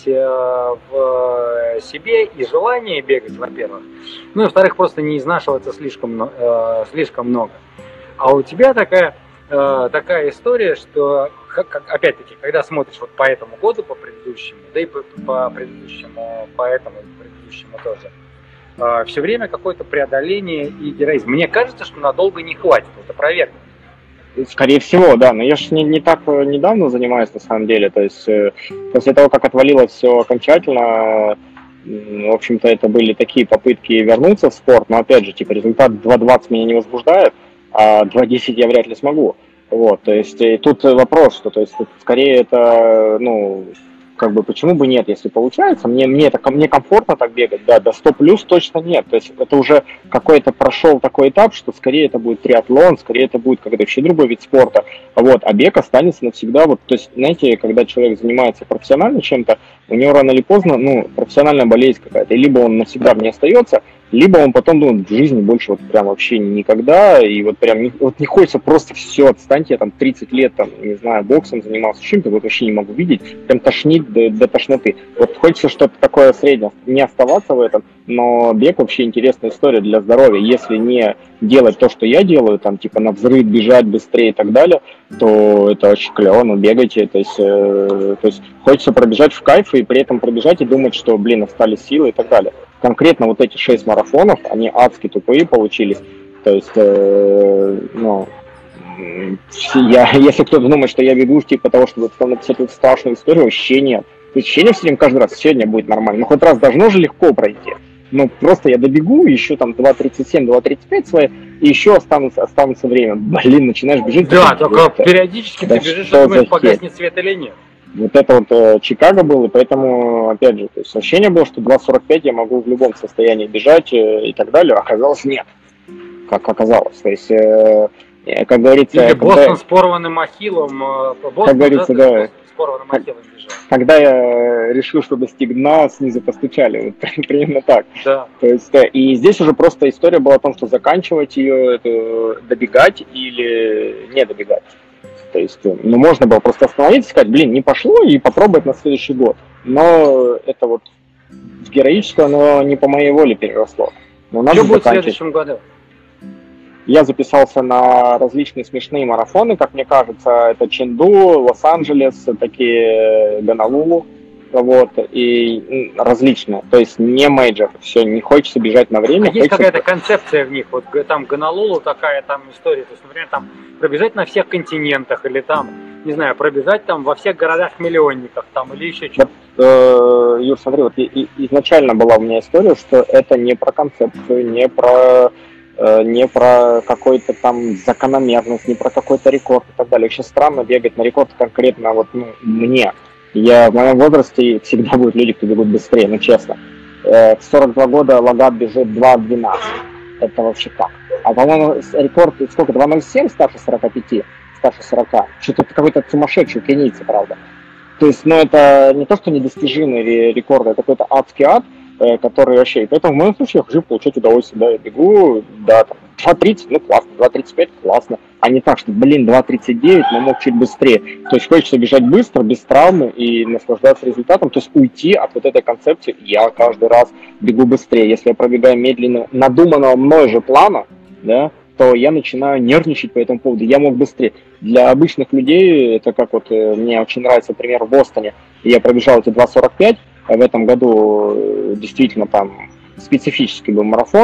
в себе и желание бегать, во-первых. Ну и во-вторых, просто не изнашиваться слишком много. А у тебя такая история, что, опять-таки, когда смотришь вот по этому году, по предыдущему, да и по предыдущему, по этому и предыдущему тоже, все время какое-то преодоление и героизм. Мне кажется, что надолго не хватит, это проверено. Скорее всего, да, но я же не так недавно занимаюсь, на самом деле, то есть после того, как отвалилось все окончательно, в общем-то, это были такие попытки вернуться в спорт, но, опять же, типа, результат 2.20 меня не возбуждает, а 2.10 я вряд ли смогу, вот, то есть и тут вопрос, что, то есть, тут скорее это, ну, как бы, почему бы нет, если получается, мне комфортно так бегать, да, до 100+ точно нет, то есть это уже какой-то прошел такой этап, что скорее это будет триатлон, скорее это будет какой-то вообще другой вид спорта, вот, а бег останется навсегда, вот, то есть, знаете, когда человек занимается профессионально чем-то, у него рано или поздно, ну, профессиональная болезнь какая-то, и либо он навсегда в ней остается, либо он потом думает, в жизни больше вот прям вообще никогда, и вот прям не хочется просто все, отстаньте, я там 30 лет, там, не знаю, боксом занимался, чем-то, вот вообще не могу видеть, прям тошнит до тошноты. Вот хочется что-то такое среднее, не оставаться в этом, но бег вообще интересная история для здоровья. Если не делать то, что я делаю, там, типа, на взрыв бежать быстрее и так далее, то это очень клево, ну, бегайте, то есть хочется пробежать в кайф и при этом пробежать и думать, что, блин, остались силы и так далее. Конкретно вот эти 6 марафонов, они адски тупые получились, то есть, ну, если кто-то думает, что я бегу типа того, чтобы написать эту страшную историю, вообще нет. То есть ощущение все время каждый раз, сегодня будет нормально, но хоть раз должно же легко пройти. Ну, просто я добегу, еще там 2.37, 2.35 свои, и еще останутся время. Блин, начинаешь бежать. Да, только периодически ты бежишь, и думаешь, погаснет свет или нет. Вот это вот Чикаго был, и поэтому, опять же, то есть ощущение было, что 2.45 я могу в любом состоянии бежать и так далее, а оказалось нет, как оказалось. То есть, как говорится... Или Бостон с порванным ахиллом. Как говорится, да. С порванным ахиллом бежал. Когда я решил, что достиг дна, снизу постучали. Вот примерно так. Да. То есть, и здесь уже просто история была о том, что заканчивать ее, добегать или не добегать. То есть, ну, можно было просто остановиться и сказать, блин, не пошло, и попробовать на следующий год. Но это вот в героическое, оно не по моей воле переросло. Но надо что будет в следующем году? Я записался на различные смешные марафоны, как мне кажется, это Ченду, Лос-Анджелес, такие Гонолулу, вот, и различные, то есть не мейджор, все, не хочется бежать на время. Есть какая-то концепция в них, вот там Гонолулу такая там история, то есть, например, там пробежать на всех континентах, или там, не знаю, пробежать там во всех городах-миллионниках, там, или еще что-то. Юр, смотри, вот изначально была у меня история, что это не про концепцию, не про какой-то там закономерность, не про какой-то рекорд и так далее. Вообще странно бегать на рекорд конкретно вот мне. В моем возрасте всегда будут люди, кто бегут быстрее, ну честно. В 42 года Лагат бежит 2.12. Это вообще как? А по-моему рекорд сколько? 2.07 старше 45? Старше 40. Что-то какой-то сумасшедший кенийцы, правда. То есть, ну это не то, что недостижимый рекорд, это какой-то адский ад, который вообще... И поэтому в моем случае я хочу получать удовольствие, да, я бегу, да, там, 2.30, ну классно, 2.35, классно, а не так, что, блин, 2.39, но мог чуть быстрее. То есть хочется бежать быстро, без травмы и наслаждаться результатом, то есть уйти от вот этой концепции, я каждый раз бегу быстрее. Если я пробегаю медленно, надуманного мной же плана, да, то я начинаю нервничать по этому поводу, я мог быстрее. Для обычных людей, это как вот, мне очень нравится пример в Бостоне, я пробежал эти 2.45, в этом году действительно там специфический был марафон,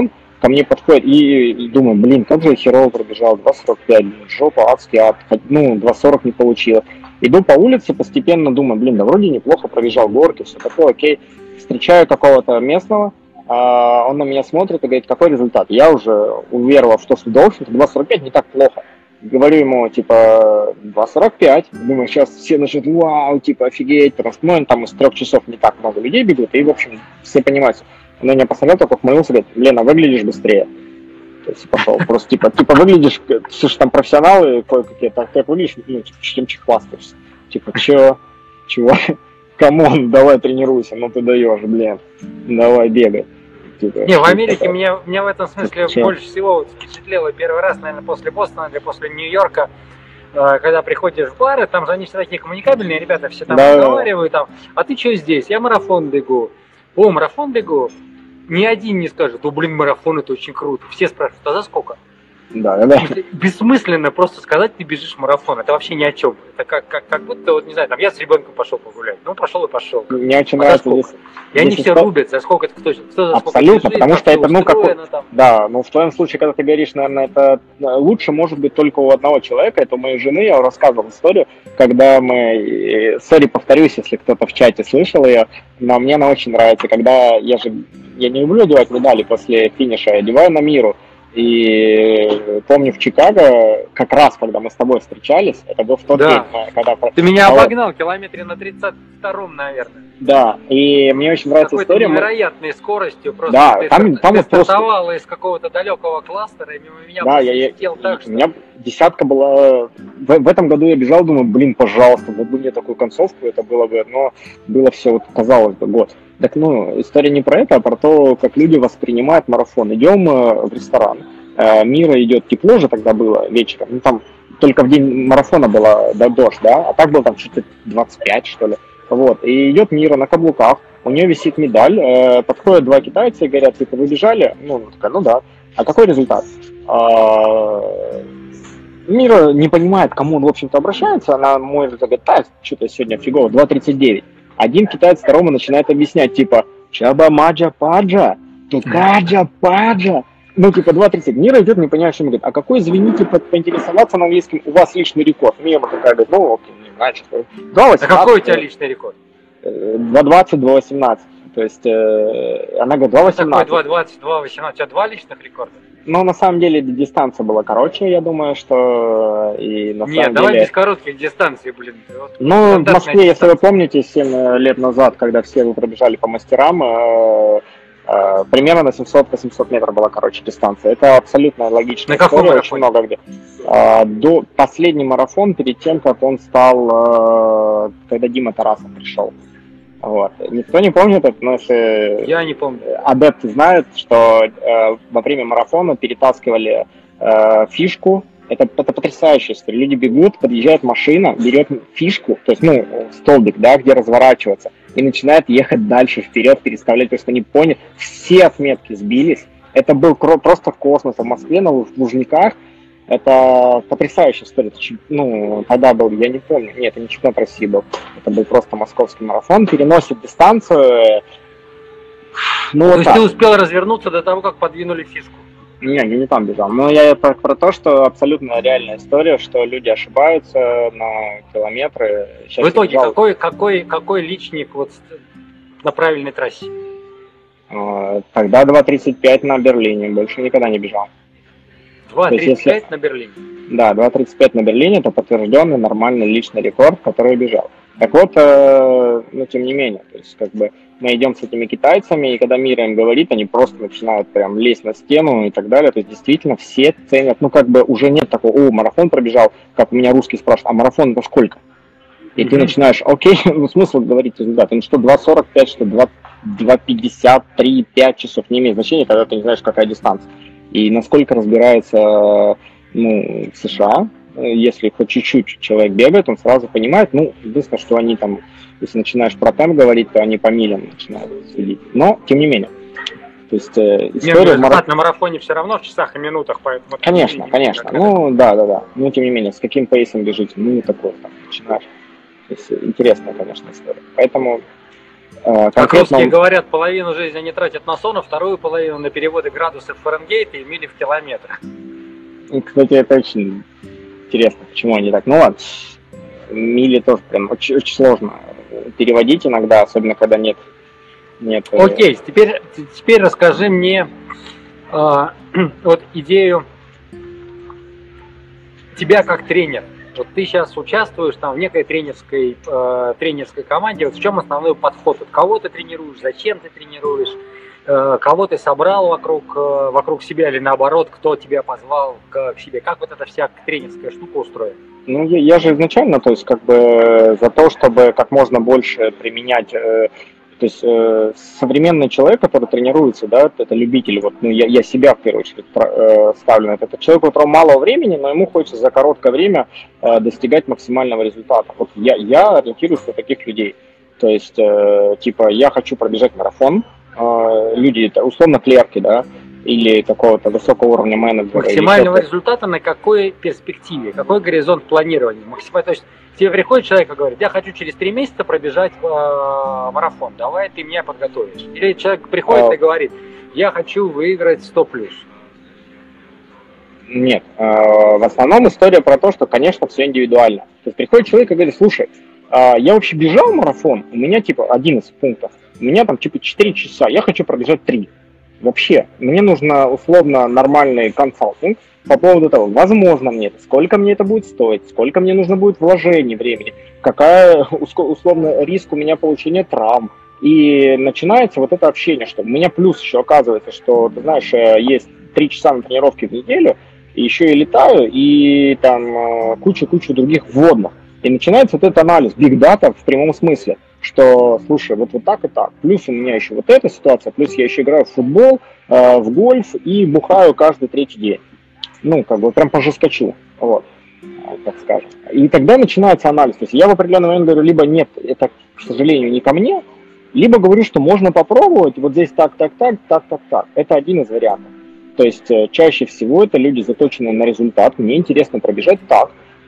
ко мне подходит и думаю, блин, как же я херово пробежал, 2.45, жопа, адский ад, ну, 2.40 не получилось. Иду по улице, постепенно думаю, блин, да вроде неплохо пробежал горки, все такое, окей. Встречаю какого-то местного, он на меня смотрит и говорит, какой результат? Я уже уверовал, что в общем-то 2.45 не так плохо. Говорю ему, типа, 2.45. Думаю, сейчас все начнут, вау, типа, офигеть, потому что, ну, там из 3 часов не так много людей бегут, и, в общем, все понимают. Он меня посмотрел, только ухмыльнулся, говорит, Лена, выглядишь быстрее. То есть пошел, просто, типа, выглядишь, все же там профессионалы кое-какие, так выглядишь, ну, типа, чем хвастаешься. Типа, чего? Камон, давай тренируйся, ну ты даешь, блин, давай бегай. Типа, не, в Америке меня в этом смысле больше всего впечатлило первый раз, наверное, после Бостона или после Нью-Йорка, когда приходишь в бары, там же они все такие коммуникабельные, ребята все там разговаривают, там, а ты что здесь? Я марафон бегу. О, марафон бегу? Ни один не скажет, блин, марафон это очень круто. Все спрашивают, а за сколько? Да. Бессмысленно просто сказать, ты бежишь марафон. Это вообще ни о чем. Это как будто, вот не знаю, там я с ребенком пошел погулять. Ну, пошел и пошел. Мне очень нравится здесь. И они все рубят, за сколько это кто за сколько абсолютно, бежит, потому что это, ну, как... там. Да, ну, в твоем случае, когда ты говоришь, наверное, это лучше может быть только у одного человека. Это у моей жены, я рассказывал историю, когда мы... Сори, повторюсь, если кто-то в чате слышал ее, но мне она очень нравится. Когда я не люблю одевать медали после финиша, я одеваю на миру. И помню в Чикаго, как раз когда мы с тобой встречались, это был в тот день, когда... Ты меня обогнал километре на 32-м, наверное. Да, и мне очень нравится история. Невероятной скоростью, просто да, ты там вот стартовала из какого-то далекого кластера, и мимо меня летел так, что... У меня десятка была... В этом году я бежал, думаю, блин, пожалуйста, вот бы мне такую концовку, это было бы, но было все, вот, казалось бы, год. Так, ну, история не про это, а про то, как люди воспринимают марафон. Идем в ресторан, Мира идет, тепло же тогда было вечером, ну, там только в день марафона было дождь, да, а так было там что-то 25, что ли. Вот, и идет Мира на каблуках, у нее висит медаль, подходят два китайца и говорят, типа, вы бежали? Ну, она такая, ну да. А какой результат? Мира не понимает, к кому он, в общем-то, обращается, она может говорить, да, что-то сегодня фигово, 2.39. Один китаец второму начинает объяснять, типа, чаба маджа паджа, тукаджа паджа. Ну, типа, 2.30. Мира идет, не понимает, что ему говорит. А какой, извините, поинтересоваться на английском, у вас личный рекорд? Мира такая говорит, ну, окей, не знаю, что. 2.18. А какой у тебя личный рекорд? 2.20, 2.18. То есть, она говорит, 2.18. Какой 2.20, 2.18? У тебя два личных рекорда? Ну, на самом деле, дистанция была короче, я думаю, что... И на Нет, самом давай деле... без коротких дистанций, блин. Вот, ну, в Москве, если вы помните, 7 лет назад, когда все вы пробежали по мастерам, примерно на 700-800 метров была короче дистанция. Это абсолютно логичная история, очень много где. До последний марафон, перед тем, как он стал, когда Дима Тарасов пришел. Вот. Никто не помнит это, но если... Я не помню. Адепты знают, что во время марафона перетаскивали фишку. Это потрясающая история. Люди бегут, подъезжает машина, берет фишку, то есть, ну, столбик, да, где разворачиваться, и начинает ехать дальше, вперед, переставлять, то есть они поняли, все отметки сбились. Это был просто космос. В Москве на Лужниках это потрясающая история. Ну, тогда был, я не помню, нет, это не чемпионат России был, это был просто московский марафон, переносит дистанцию. Ну, то есть ты успел развернуться до того, как подвинули фишку? Не, я не там бежал. Но я про то, что абсолютно реальная история, что люди ошибаются на километры. Сейчас в итоге, какой личник вот на правильной трассе? Тогда 2.35 на Берлине. Больше никогда не бежал. 2.35 на Берлине? Да, 2.35 на Берлине – это подтвержденный нормальный личный рекорд, который бежал. Так вот, ну, тем не менее, то есть, как бы, мы идем с этими китайцами, и когда Мира им говорит, они просто начинают прям лезть на стену и так далее, то есть, действительно, все ценят, ну, как бы, уже нет такого, марафон пробежал, как у меня русский спрашивает, а марафон это сколько? И ты начинаешь, окей, ну, смысл говорить результат, ну, что 2.45, что 2.50, 3-5 часов, не имеет значения, когда ты не знаешь, какая дистанция. И насколько разбирается, ну, в США, если хоть чуть-чуть человек бегает, он сразу понимает, ну, единственное, что они там, если начинаешь про темп говорить, то они по милям начинают следить. Но, тем не менее. То есть, история... Нет, на марафоне все равно в часах и минутах, поэтому... Конечно. Ну, да. Ну, тем не менее, с каким пейсом бежите, ну, такое там начинаешь. То есть, интересная, конечно, история. Поэтому Как русские говорят, половину жизни они тратят на сон, а вторую половину на переводы градусов Фаренгейта и мили в километрах. Кстати, это очень интересно, почему они так. Ну ладно, мили тоже прям очень, очень сложно переводить иногда, особенно когда нет. Окей, теперь расскажи мне вот идею тебя как тренер. Вот ты сейчас участвуешь там в некой тренерской команде. Вот в чем основной подход? Вот кого ты тренируешь, зачем ты тренируешь, кого ты собрал вокруг себя или наоборот, кто тебя позвал к себе? Как вот эта вся тренерская штука устроена? Ну, я же изначально, то есть, как бы за то, чтобы как можно больше применять. То есть современный человек, который тренируется, да, это любитель, вот, ну, я себя в первую очередь ставлю на это человек, у которого мало времени, но ему хочется за короткое время достигать максимального результата. Вот я ориентируюсь на таких людей. То есть, типа, я хочу пробежать марафон, люди, это условно клерки, да, или какого-то высокого уровня менеджера. Максимального результата на какой перспективе, какой горизонт планирования? То есть тебе приходит человек и говорит, я хочу через 3 месяца пробежать марафон, давай ты меня подготовишь. Или человек приходит и говорит, я хочу выиграть 100+. Нет, в основном история про то, что, конечно, все индивидуально. То есть приходит человек и говорит, слушай, я вообще бежал марафон, у меня типа 11 пунктов, у меня там типа 4 часа, я хочу пробежать 3. Вообще, мне нужно условно нормальный консалтинг по поводу того, возможно мне это, сколько мне это будет стоить, сколько мне нужно будет вложений времени, какая условно риск у меня получения травм. И начинается вот это общение, что у меня плюс еще оказывается, что, ты знаешь, есть 3 часа на тренировке в неделю, и еще и летаю, и там куча других вводных. И начинается вот этот анализ, big data в прямом смысле, что, слушай, вот так и так. Плюс у меня еще вот эта ситуация, плюс я еще играю в футбол, в гольф и бухаю каждый 3-й день. Ну, как бы прям пожескочу, вот, так скажем. И тогда начинается анализ. То есть я в определенный момент говорю, либо нет, это, к сожалению, не ко мне, либо говорю, что можно попробовать, вот здесь так. Это один из вариантов. То есть чаще всего это люди, заточенные на результат. Мне интересно пробежать так,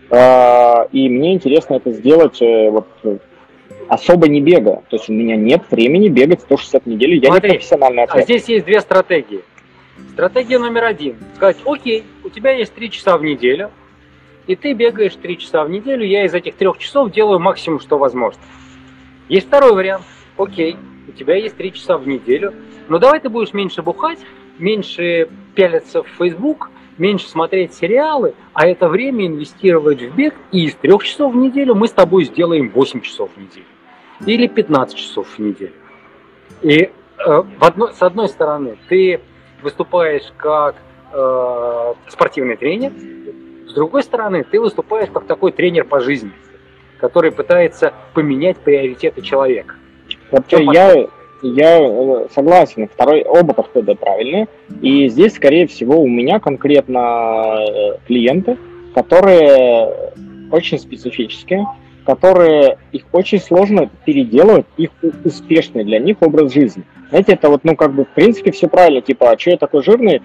и мне интересно это сделать вот особо не бегая. То есть у меня нет времени бегать 160 в неделю, я не профессиональный атлет. А здесь есть 2 стратегии. Стратегия номер 1. Сказать, окей, у тебя есть 3 часа в неделю, и ты бегаешь 3 часа в неделю, я из этих 3 часов делаю максимум, что возможно. Есть второй вариант. Окей, у тебя есть 3 часа в неделю, но давай ты будешь меньше бухать, меньше пялиться в Facebook, меньше смотреть сериалы, а это время инвестировать в бег, и из 3 часов в неделю мы с тобой сделаем 8 часов в неделю. Или 15 часов в неделю. И с одной стороны, ты выступаешь как спортивный тренер, с другой стороны, ты выступаешь как такой тренер по жизни, который пытается поменять приоритеты человека. Вообще, я согласен, оба подхода правильные. И здесь, скорее всего, у меня конкретно клиенты, которые очень специфические, которые их очень сложно переделывать, их успешный для них образ жизни. Знаете, это вот, ну, как бы, в принципе, все правильно, типа, а что я такой жирный,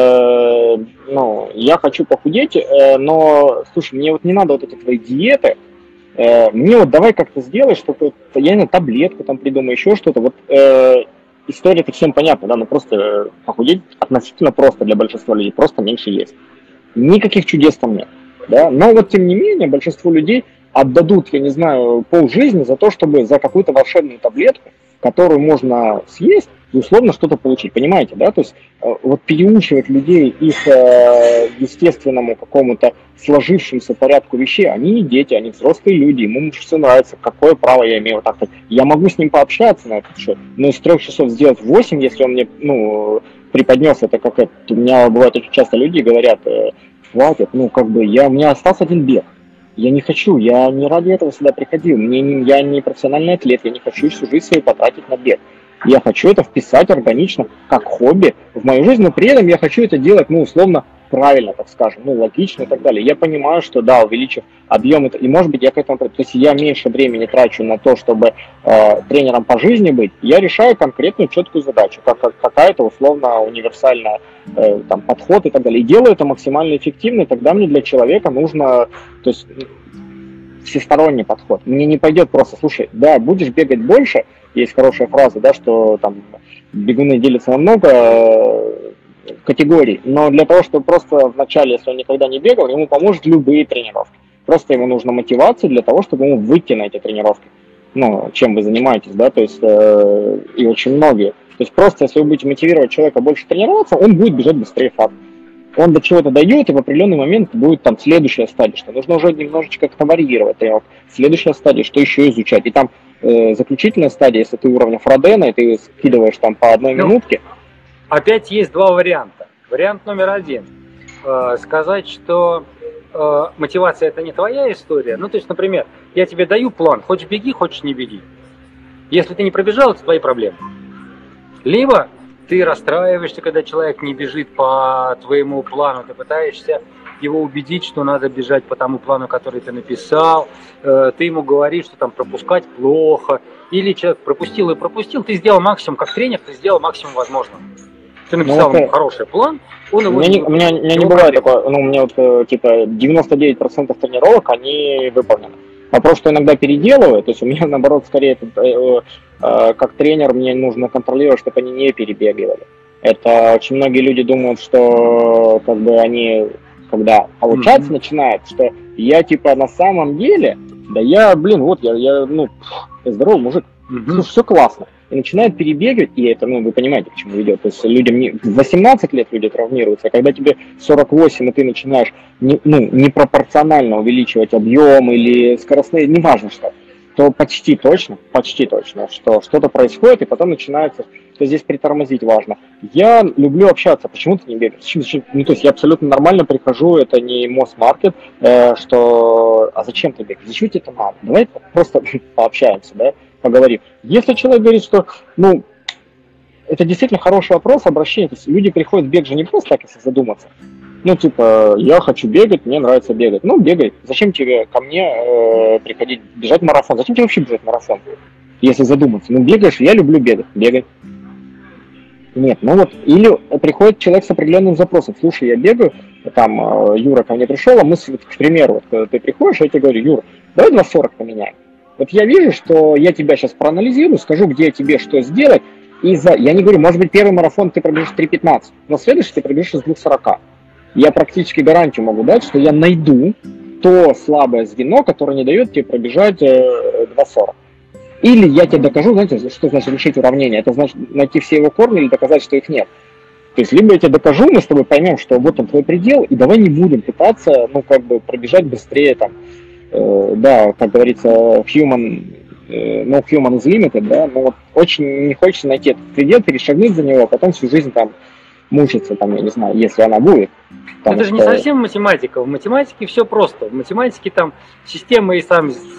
ну, я хочу похудеть, но, слушай, мне вот не надо вот эти твои диеты, мне вот давай как-то сделай, чтобы, я не знаю, таблетку там придумай, еще что-то, вот история-то всем понятна, да, но просто похудеть относительно просто для большинства людей, просто меньше есть. Никаких чудес там нет, да, но вот, тем не менее, большинство людей отдадут, я не знаю, полжизни за то, чтобы за какую-то волшебную таблетку, которую можно съесть и условно что-то получить, понимаете, да, то есть вот переучивать людей их естественному какому-то сложившемуся порядку вещей, они не дети, они взрослые люди, ему все нравится, какое право я имею вот так вот, я могу с ним пообщаться на этот счет, но из 3 часов сделать 8, если он мне, ну, преподнес это как это, у меня бывает очень часто люди говорят, хватит, ну, как бы, у меня остался 1 бег. Я не хочу, я не ради этого сюда приходил, я не профессиональный атлет, я не хочу всю жизнь свою потратить на бег. Я хочу это вписать органично, как хобби в мою жизнь, но при этом я хочу это делать, ну, условно, правильно, так скажем, ну, логично и так далее. Я понимаю, что, да, увеличив объем, и, может быть, я к этому... То есть я меньше времени трачу на то, чтобы тренером по жизни быть, я решаю конкретную, четкую задачу, какая-то, условно, универсальная там, подход и так далее. И делаю это максимально эффективно, и тогда мне для человека нужно... То есть всесторонний подход. Мне не пойдет просто, слушай, да, будешь бегать больше, есть хорошая фраза, да, что там бегуны делятся на много категорий, но для того, чтобы просто вначале, если он никогда не бегал, ему поможет любые тренировки. Просто ему нужна мотивация для того, чтобы ему выйти на эти тренировки. Ну, чем вы занимаетесь, да, то есть и очень многие. То есть просто, если вы будете мотивировать человека больше тренироваться, он будет бежать быстрее, факт. Он до чего-то дойдет, и в определенный момент будет там следующая стадия, что нужно уже немножечко как-то варьировать тренировку. Следующая стадия, что еще изучать. И там заключительная стадия, если ты уровня Фродена, и ты скидываешь там по одной минутке. Опять есть два варианта. Вариант номер один. Сказать, что мотивация это не твоя история. Ну, то есть, например, я тебе даю план, хочешь беги, хочешь не беги. Если ты не пробежал, это твои проблемы. Либо ты расстраиваешься, когда человек не бежит по твоему плану, ты пытаешься его убедить, что надо бежать по тому плану, который ты написал, ты ему говоришь, что там пропускать плохо, или человек пропустил и пропустил, ты сделал максимум, как тренер, ты сделал максимум возможного. Ты написал ему хороший план, он его... У меня не бывает такое, ну, у меня вот типа 99% тренировок, они выполнены. Вопрос, что иногда переделываю, то есть у меня наоборот скорее как тренер мне нужно контролировать, чтобы они не перебегивали. Это очень многие люди думают, что как бы они, когда получаться начинает, что я типа на самом деле, да я, блин, вот я здоровый мужик, все классно. И начинает перебегать, и это, ну, вы понимаете, к чему ведет. То есть людям в 18 лет люди травмируются, а когда тебе 48, и ты начинаешь непропорционально увеличивать объем или скоростные, неважно что, то почти точно, что что-то происходит, и потом начинается, что здесь притормозить важно. Я люблю общаться, почему ты не бегаешь? Ну, то есть я абсолютно нормально прихожу, это не Мосмаркет, что, а зачем ты бегаешь? Зачем тебе это надо? Давай просто пообщаемся, да? Поговорим. Если человек говорит, что, ну, это действительно хороший вопрос, обращение, то есть люди приходят в бег же не просто так, если задуматься. Ну, типа, я хочу бегать, мне нравится бегать. Ну, бегай. Зачем тебе ко мне приходить, бежать марафон? Зачем тебе вообще бежать марафон, если задуматься? Ну, бегаешь, я люблю бегать, бегай. Нет, ну вот, или приходит человек с определенным запросом. Слушай, я бегаю, там, Юра ко мне пришел, а мы, к примеру, вот, ты приходишь, я тебе говорю, Юра, давай 2:40 поменяем. Вот я вижу, что я тебя сейчас проанализирую, скажу, где тебе что сделать. Я не говорю, может быть, первый марафон ты пробежишь 3:15, но следующий ты пробежишь из 2:40. Я практически гарантию могу дать, что я найду то слабое звено, которое не дает тебе пробежать 2:40. Или я тебе докажу, знаете, что значит решить уравнение? Это значит найти все его корни или доказать, что их нет. То есть, либо я тебе докажу, мы с тобой поймем, что вот он твой предел, и давай не будем пытаться, ну, как бы пробежать быстрее, там, да, как говорится, no human is limited, да, но вот очень не хочется найти этот предел, перешагнуть за него, а потом всю жизнь там мучиться, там, я не знаю, если она будет. Это же не совсем математика. В математике все просто. В математике там система из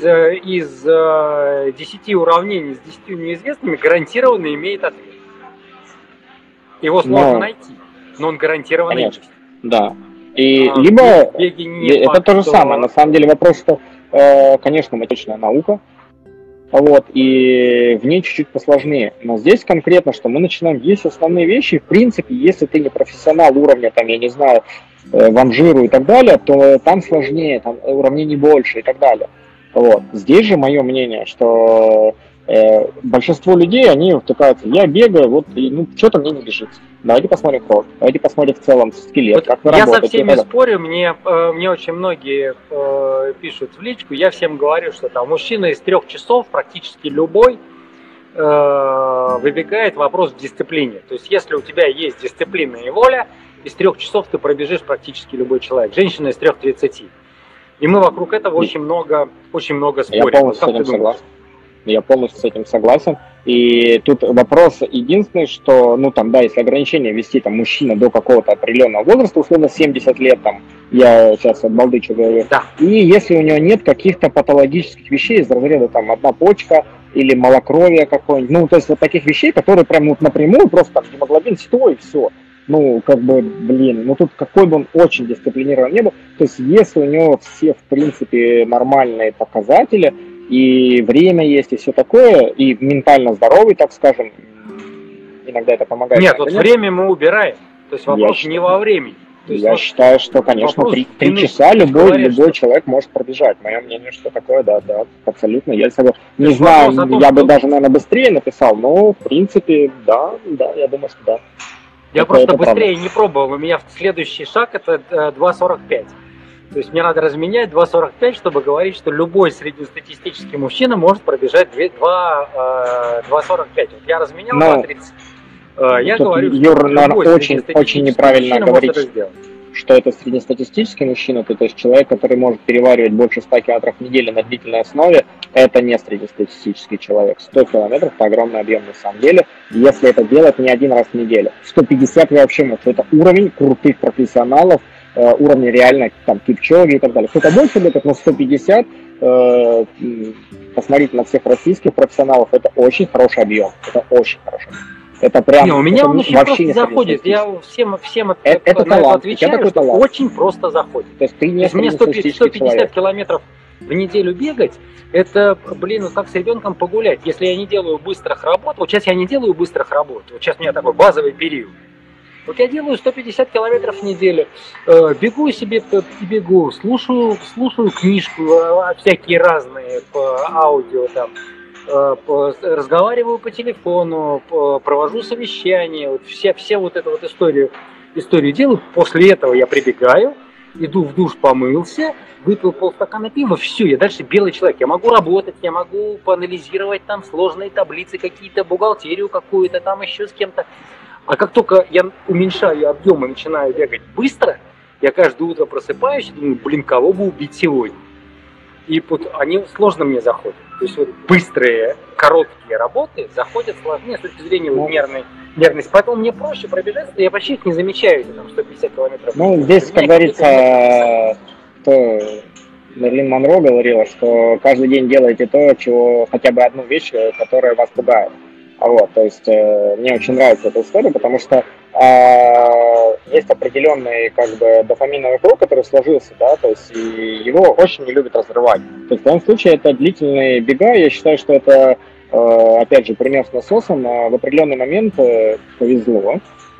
10 уравнений с 10 неизвестными гарантированно имеет ответ. Его сложно найти, но он гарантированно есть. Да. И либо это то же самое. На самом деле вопрос, что, конечно, математичная наука, вот, и в ней чуть-чуть посложнее. Но здесь конкретно, что мы начинаем, есть основные вещи, в принципе, если ты не профессионал уровня, там, я не знаю, ванжиру и так далее, то там сложнее, там уравнений больше и так далее. Вот. Здесь же мое мнение, что большинство людей, они втыкаются, я бегаю, вот, и, ну, что-то мне не бежит. Давайте посмотрим кровь, давайте посмотрим в целом скелет, вот как вы работаете. Я со всеми спорю, мне очень многие пишут в личку, я всем говорю, что там мужчина из 3 часов, практически любой, выбегает вопрос в дисциплине. То есть, если у тебя есть дисциплина и воля, из 3 часов ты пробежишь практически любой человек. Женщина из 3:30. И мы вокруг этого очень много спорим. Я полностью с этим согласен. И тут вопрос единственный, что, ну там, да, если ограничение вести там мужчина до какого-то определенного возраста, условно 70 лет, там, я сейчас от балдычу говорю, да. И если у него нет каких-то патологических вещей из разряда там одна почка или малокровие какое-нибудь, ну, то есть вот таких вещей, которые прям вот напрямую просто там гемоглобин 100 и все. Ну, как бы, блин, ну тут какой бы он очень дисциплинирован не был, то есть если у него все, в принципе, нормальные показатели, и время есть, и все такое, и ментально здоровый, так скажем, иногда это помогает. Нет, вот время мы убираем, то есть вопрос не во времени. То есть Я считаю, что, конечно, вопрос 3 длины. часа любой Говорят, человек может пробежать. Мое мнение, что такое, да, абсолютно. Я не есть знаю, вопрос о том, я бы что- даже, наверное, быстрее написал, но, в принципе, да, я думаю, что да. Я Это просто правда. быстрее не пробовал. У меня следующий шаг это 2.45. То есть мне надо разменять 2.45, чтобы говорить, что любой среднестатистический мужчина может пробежать 2.45. Вот я разменял Ну, 2.30. Я тут, говорю, что Юр, наверное, любой очень среднестатистический неправильно мужчина говорить, может это сделать. что это среднестатистический мужчина, то есть человек, который может переваривать больше 100 километров в неделю на длительной основе, это не среднестатистический человек. 100 километров – это огромный объем на самом деле, если это делать не один раз в неделю. 150 я вообще могу, это уровень крутых профессионалов, уровня реально там Кипчоги и так далее. Кто-то больше бегает, но 150, посмотрите на всех российских профессионалов, это очень хороший объем, это очень хороший. Это прям, не, у меня он очень просто не заходит. Я всем это на это талант, отвечаю, такой что талант. очень просто заходит. То есть ты не То есть мне 150 человек. километров в неделю бегать, это, как с ребенком погулять. Если я не делаю быстрых работ, вот сейчас я не делаю быстрых работ, вот сейчас у меня такой базовый период. Вот я делаю 150 километров в неделю, бегу себе, бегу, слушаю книжку, всякие разные по аудио там, разговариваю по телефону, провожу совещания, вот все вот эту вот историю делаю. После этого я прибегаю, иду в душ, помылся, выпил полстакана пива, все, я дальше белый человек. Я могу работать, я могу поанализировать там сложные таблицы какие-то, бухгалтерию какую-то, там еще с кем-то. А как только я уменьшаю объем и начинаю бегать быстро, я каждое утро просыпаюсь и думаю, кого бы убить сегодня? И вот они сложно мне заходят. То есть вот быстрые, короткие работы заходят сложнее с точки зрения нервности. Поэтому мне проще пробежать, я вообще их не замечаю, эти там 150 километров. Ну, здесь, как говорится, Мерлин Монро говорила, что каждый день делайте то, чего хотя бы одну вещь, которая вас пугает. Вот, то есть мне очень нравится эта история, потому что есть определенный как бы дофаминовый круг, который сложился, да, то есть и его очень не любят разрывать. То есть в данном случае это длительные бега, я считаю, что это, опять же, пример с насосом, в определенный момент повезло,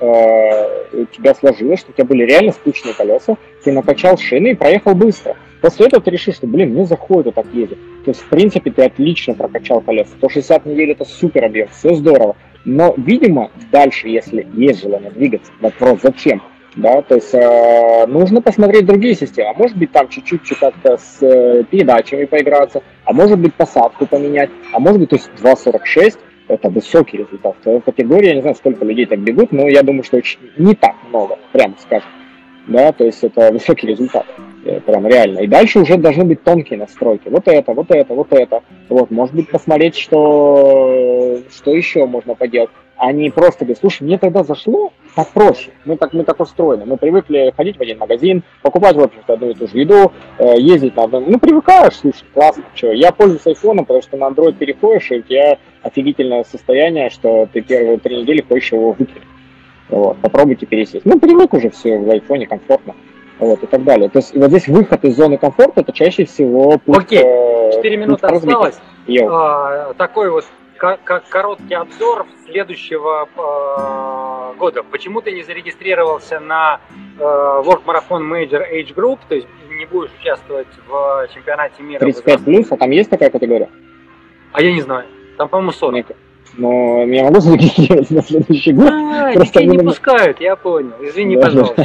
у тебя сложилось, что у тебя были реально скучные колеса, ты накачал шины и проехал быстро. После этого ты решишь, что, не заходит так ездить. То есть, в принципе, ты отлично прокачал колеса. 160 недель – это супер объем, все здорово. Но, видимо, дальше, если есть желание двигаться, вопрос зачем? Да, то есть нужно посмотреть другие системы. А может быть, там чуть-чуть как-то с передачами поиграться, а может быть, посадку поменять, а может быть, то есть 2.46 – это высокий результат. В твоей категории, я не знаю, сколько людей так бегут, но я думаю, что очень не так много, прямо скажем. Да, то есть это высокий результат, прям реально. И дальше уже должны быть тонкие настройки. Вот это. Вот, может быть, посмотреть, что еще можно поделать. А не просто говорить, слушай, мне тогда зашло так проще. Мы так устроены. Мы привыкли ходить в один магазин, покупать, в общем-то, одну и ту же еду, ездить на одном. Привыкаешь, слушай, классно. Что? Я пользуюсь айфоном, потому что на Android переходишь, и у тебя офигительное состояние, что ты первые 3 недели хочешь его выкинуть. Вот, попробуйте пересесть. Привык уже все в айфоне, комфортно. Вот, и так далее. То есть вот здесь выход из зоны комфорта, это чаще всего путь. Окей, 4 минуты осталось. Такой вот короткий обзор следующего года. Почему ты не зарегистрировался на World Marathon Major Age Group, то есть не будешь участвовать в чемпионате мира? 35+, а там есть такая категория? А я не знаю. Там, по-моему, 40. Но я могу зарегистрироваться на следующий год. Детей не пускают, я понял. Извини, пожалуйста.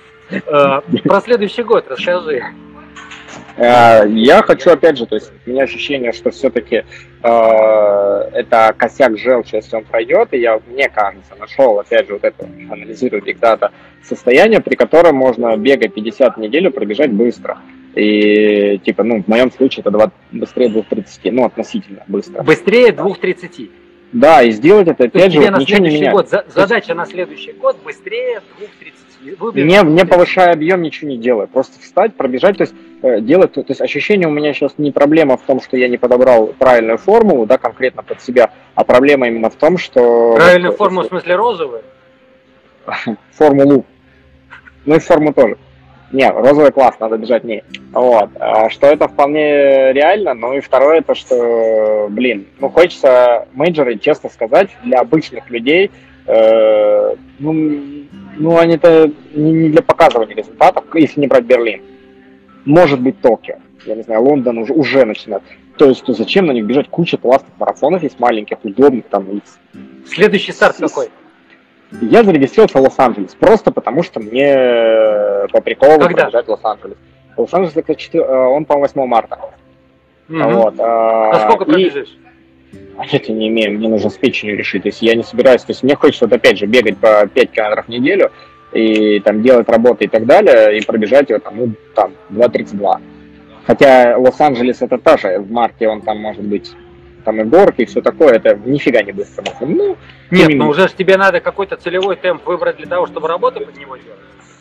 Про следующий год расскажи. Я хочу, опять же, то есть у меня ощущение, что все-таки это косяк желчи, если он пройдет, и я, мне кажется, нашел, опять же, вот это, анализирую Big Data, состояние, при котором можно бегать 50 в неделю, пробежать быстро. И, в моем случае это быстрее 2.30, относительно быстро. Быстрее 2.30. Да, и сделать это, опять же, ничего не менять. Задача на следующий год быстрее 2.30. Не повышая объем, ничего не делаю. Просто встать, пробежать, то есть делать, то есть ощущение у меня сейчас не проблема в том, что я не подобрал правильную формулу, да, конкретно под себя, а проблема именно в том, что... Правильную формулу в смысле розовую? Формулу. И форму тоже. Не, розовый класс, надо бежать ней. Вот. Что это вполне реально. И второе, то что, хочется мейджоры, честно сказать, для обычных людей ну они-то не для показывания результатов, если не брать Берлин. Может быть, Токио, я не знаю, Лондон уже начинает. То есть зачем на них бежать? Куча классных марафонов есть, маленьких, удобных там. Следующий старт какой? Я зарегистрировался в Лос-Анджелес, просто потому что мне по приколу пробежать в Лос-Анджелес. Лос-Анджелес, он, по-моему, 8 марта. Вот. А сколько пробежишь? Понятия не имею, мне нужно с печенью решить. То есть я не собираюсь, то есть мне хочется, вот, опять же, бегать по 5 километров в неделю и там делать работы и так далее, и пробежать его там 2:32. Хотя Лос-Анджелес это тоже, в марте он там может быть, там и горки, и все такое, это нифига не быстро. Ну, нет, но уже ж тебе надо какой-то целевой темп выбрать для того, чтобы работу под него делать.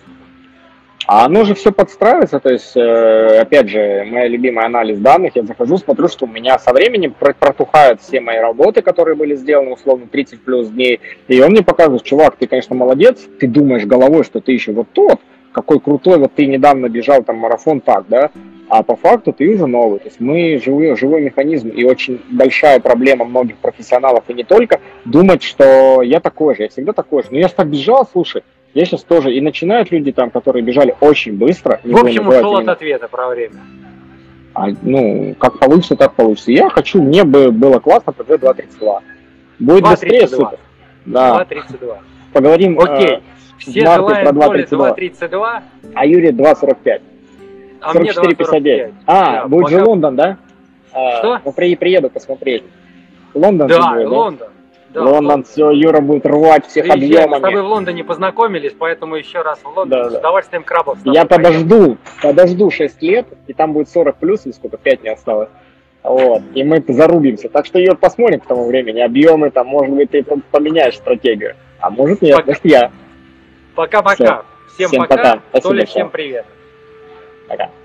А оно же все подстраивается, то есть, опять же, мой любимый анализ данных, я захожу, смотрю, что у меня со временем протухают все мои работы, которые были сделаны, условно, 30 плюс дней, и он мне показывает: чувак, ты, конечно, молодец, ты думаешь головой, что ты еще вот тот, какой крутой, вот ты недавно бежал там марафон так, да, а по факту ты уже новый, то есть мы живой механизм, и очень большая проблема многих профессионалов, и не только, думать, что я такой же, я всегда такой же, но я же так бежал, слушай, я сейчас тоже, и начинают люди там, которые бежали очень быстро. В общем, ушел от ответа про время. Как получится, так получится. Я хочу, мне бы было классно пробежать 2:32. Будет быстрее, супер. Да. 2:32. Поговорим. Окей. Все желаем Коле 2:32. А Юрий 2:45. А мне 2:45. Да, будет же Лондон, да? Что? Приеду посмотреть. Лондон. Да, Лондон. Да, Лондон, все, Юра будет рвать всех объемами. Мы с тобой в Лондоне познакомились, поэтому еще раз в Лондон с удовольствием крабов. Я подожду 6 лет, и там будет 40 плюс, или сколько, 5 не осталось. Вот, и мы зарубимся. Так что, Юр, посмотрим к тому времени. Объемы, там, может быть, ты поменяешь стратегию. А может нет, может я. Пока-пока. Всем пока. Толя, всем привет. Пока.